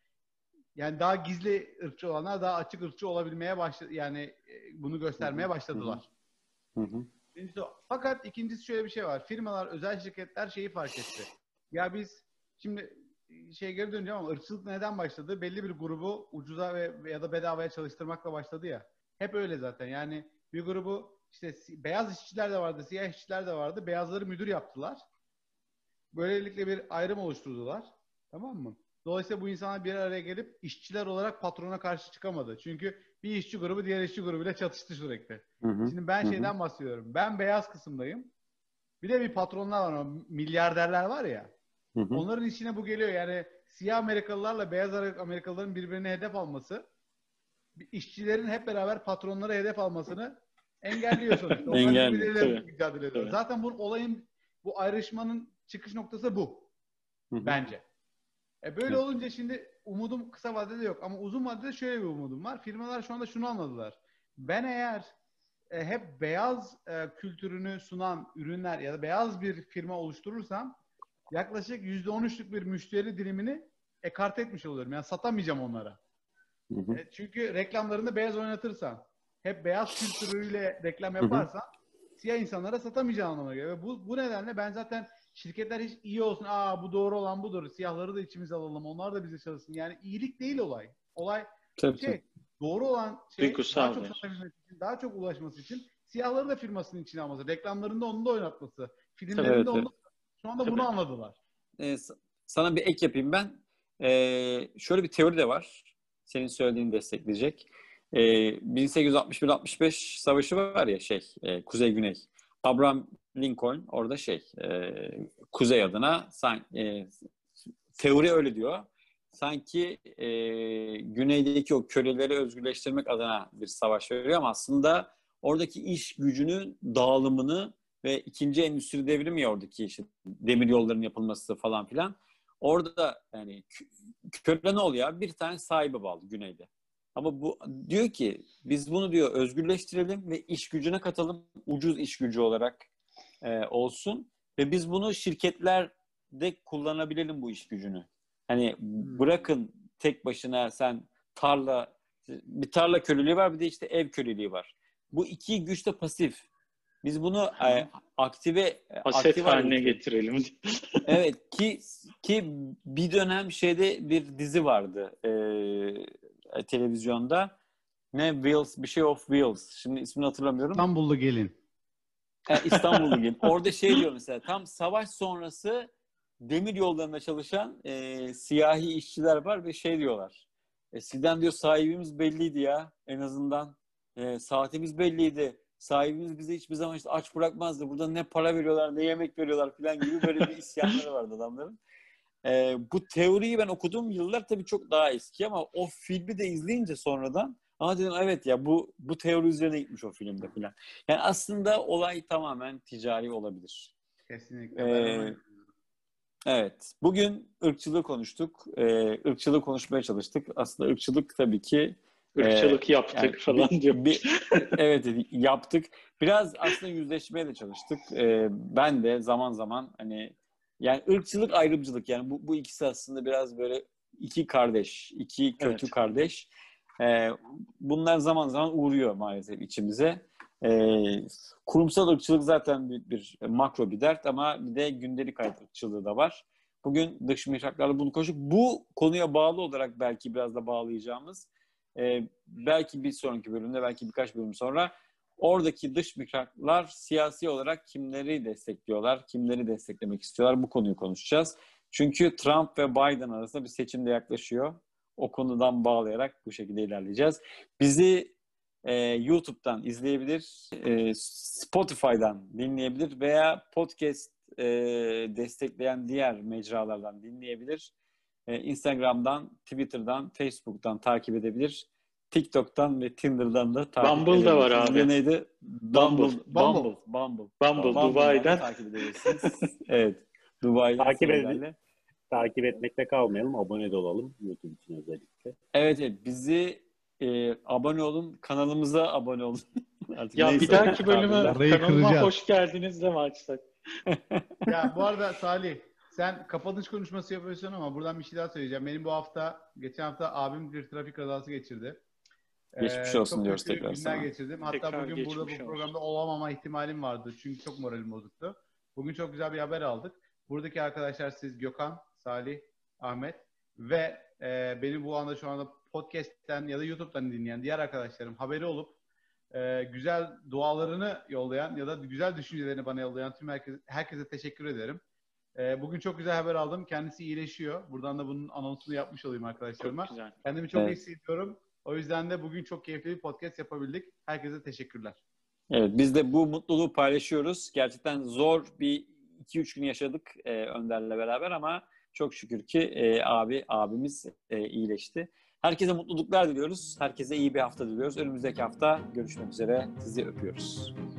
yani daha gizli ırkçı olanlar daha açık ırkçı olabilmeye başladı. Yani e, bunu göstermeye başladılar. Hı hı. Birincisi o. Fakat ikincisi şöyle bir şey var. Firmalar, özel şirketler şeyi fark etti. Ya biz şimdi şey geri döneceğim ama ırkçılık neden başladı? Belli bir grubu ucuza ve ya da bedavaya çalıştırmakla başladı ya. Hep öyle zaten. Yani bir grubu işte beyaz işçiler de vardı, siyah işçiler de vardı. Beyazları müdür yaptılar. Böylelikle bir ayrım oluşturdular. Tamam mı? Dolayısıyla bu insanlar bir araya gelip işçiler olarak patrona karşı çıkamadı. Çünkü bir işçi grubu diğer işçi grubuyla çatıştı sürekli. Hı hı, Şimdi ben hı. şeyden bahsediyorum. Ben beyaz kısımdayım. Bir de bir patronlar var, milyarderler var ya. Hı hı. Onların içine bu geliyor. Yani siyah Amerikalılarla beyaz Amerikalıların birbirine hedef alması, işçilerin hep beraber patronlara hedef almasını engelliyor sonuçta. Onlar birbirleriyle mücadele ediyor. Evet. Zaten bu olayın, bu ayrışmanın çıkış noktası bu. Hı hı. Bence. E böyle evet. olunca şimdi umudum kısa vadede yok. Ama uzun vadede şöyle bir umudum var. Firmalar şu anda şunu anladılar. Ben eğer e, hep beyaz e, kültürünü sunan ürünler ya da beyaz bir firma oluşturursam yaklaşık yüzde on üçlük bir müşteri dilimini ekart etmiş oluyorum. Yani satamayacağım onlara. Hı hı. E, çünkü reklamlarında beyaz oynatırsan, hep beyaz kültürüyle reklam yaparsan hı hı. siyah insanlara satamayacağın anlamına geliyor. Ve bu, bu nedenle ben zaten şirketler hiç iyi olsun, aa bu doğru olan budur, siyahları da içimize alalım, onlar da bize çalışsın. Yani iyilik değil olay. Olay tabii, şey, tabii. doğru olan şey Duygusal daha çok satabilmesi için, daha çok ulaşması için siyahları da firmasının içine alması, reklamlarında onu da oynatması, filmlerinde evet, onu da evet. Şu anda tabii. bunu anladılar. Ee, sana bir ek yapayım ben. Ee, şöyle bir teori de var. Senin söylediğini destekleyecek. Ee, bin sekiz yüz altmış bir altmış beş savaşı var ya şey, e, Kuzey-Güney. Abraham Lincoln orada şey, e, Kuzey adına e, teori öyle diyor. Sanki e, Güney'deki o köleleri özgürleştirmek adına bir savaş veriyor ama aslında oradaki iş gücünün dağılımını ve ikinci endüstri devrimi ya oradaki işte demir yollarının yapılması falan filan. Orada yani köle ne oluyor? Bir tane sahibi bağlı Güney'de. Ama bu diyor ki biz bunu diyor özgürleştirelim ve iş gücüne katalım. Ucuz iş gücü olarak e, olsun. Ve biz bunu şirketlerde kullanabilelim bu iş gücünü. Hani bırakın tek başına sen tarla, bir tarla köleliği var, bir de işte ev köleliği var. Bu iki güç de pasif. Biz bunu e, aktive aset aktive haline getirelim. Evet ki ki bir dönem şeyde bir dizi vardı e, televizyonda. Ne Wheels, bir şey of Wheels. Şimdi ismini hatırlamıyorum. İstanbullu gelin. E, İstanbul'u gelin. Orada şey diyor mesela, tam savaş sonrası demir yollarında çalışan e, siyahi işçiler var ve şey diyorlar. Eskiden diyor sahibimiz belliydi ya, en azından. E, saatimiz belliydi. Sahibimiz bizi hiçbir zaman işte aç bırakmazdı. Burada ne para veriyorlar, ne yemek veriyorlar falan gibi böyle bir isyanları vardı adamların. E, bu teoriyi ben okuduğum yıllar tabii çok daha eski ama o filmi de izleyince sonradan ama dedim evet ya bu bu teori üzerine gitmiş o filmde falan. Yani aslında olay tamamen ticari olabilir. Kesinlikle. Ee, evet. Bugün ırkçılığı konuştuk. Ee, ırkçılığı konuşmaya çalıştık. Aslında ırkçılık tabii ki ırkçılık e, yaptık yani falan bir, diyor. Bir, evet yaptık. Biraz aslında yüzleşmeye de çalıştık. Ee, ben de zaman zaman hani yani ırkçılık, ayrımcılık yani bu, bu ikisi aslında biraz böyle iki kardeş, iki kötü Evet. kardeş. Ee, bunlar zaman zaman uğruyor maalesef içimize. Ee, kurumsal ırkçılık zaten bir, bir makro bir dert ama bir de gündelik hayat ırkçılığı da var. Bugün dış mihraklarla bunu konuştuk. Bu konuya bağlı olarak belki biraz da bağlayacağımız e, belki bir sonraki bölümde, belki birkaç bölüm sonra oradaki dış mihraklar siyasi olarak kimleri destekliyorlar, kimleri desteklemek istiyorlar, bu konuyu konuşacağız. Çünkü Trump ve Biden arasında bir seçim de yaklaşıyor. O konudan bağlayarak bu şekilde ilerleyeceğiz. Bizi e, YouTube'dan izleyebilir, e, Spotify'dan dinleyebilir veya podcast e, destekleyen diğer mecralardan dinleyebilir. E, Instagram'dan, Twitter'dan, Facebook'tan takip edebilir. TikTok'tan ve Tinder'dan da takip Bumble da var edebilirsiniz. abi. Neydi? Bumble. Bumble. Bumble. Bumble. Bumble, Bumble'dan Dubai'den. da takip edebilirsiniz. Evet. Dubai'den Takip edin. sevgilerle. Takip etmekte kalmayalım, abone de olalım YouTube için özellikle. Evet, evet. Bizi e, abone olun, kanalımıza abone olun. Artık Ya neyse bir dahaki o bölüme tabirler. Orayı kanalıma kıracağız. hoş geldiniz de mi açsak? Ya bu arada Salih, sen kapanış konuşması yapıyorsun ama buradan bir şey daha söyleyeceğim. Benim bu hafta, geçen hafta abim bir trafik kazası geçirdi. Geçmiş Ee, olsun çok diyoruz kötü tekrar günler sana. geçirdim. Hatta Tekrar bugün burada bu geçmiş olsun. programda olamama ihtimalim vardı. Çünkü çok moralim bozuktu. Bugün çok güzel bir haber aldık. Buradaki arkadaşlar siz Gökhan, Salih, Ahmet ve e, beni bu anda şu anda podcast'ten ya da YouTube'dan dinleyen diğer arkadaşlarım haberi olup e, güzel dualarını yollayan ya da güzel düşüncelerini bana yollayan tüm herkes, herkese teşekkür ederim. E, bugün çok güzel haber aldım. Kendisi iyileşiyor. Buradan da bunun anonsunu yapmış olayım arkadaşlarıma. Çok güzel. Kendimi çok iyi Evet. hissediyorum. O yüzden de bugün çok keyifli bir podcast yapabildik. Herkese teşekkürler. Evet, biz de bu mutluluğu paylaşıyoruz. Gerçekten zor bir iki üç gün yaşadık e, Önder'le beraber ama çok şükür ki e, abi abimiz e, iyileşti. Herkese mutluluklar diliyoruz. Herkese iyi bir hafta diliyoruz. Önümüzdeki hafta görüşmek üzere. Sizi öpüyoruz.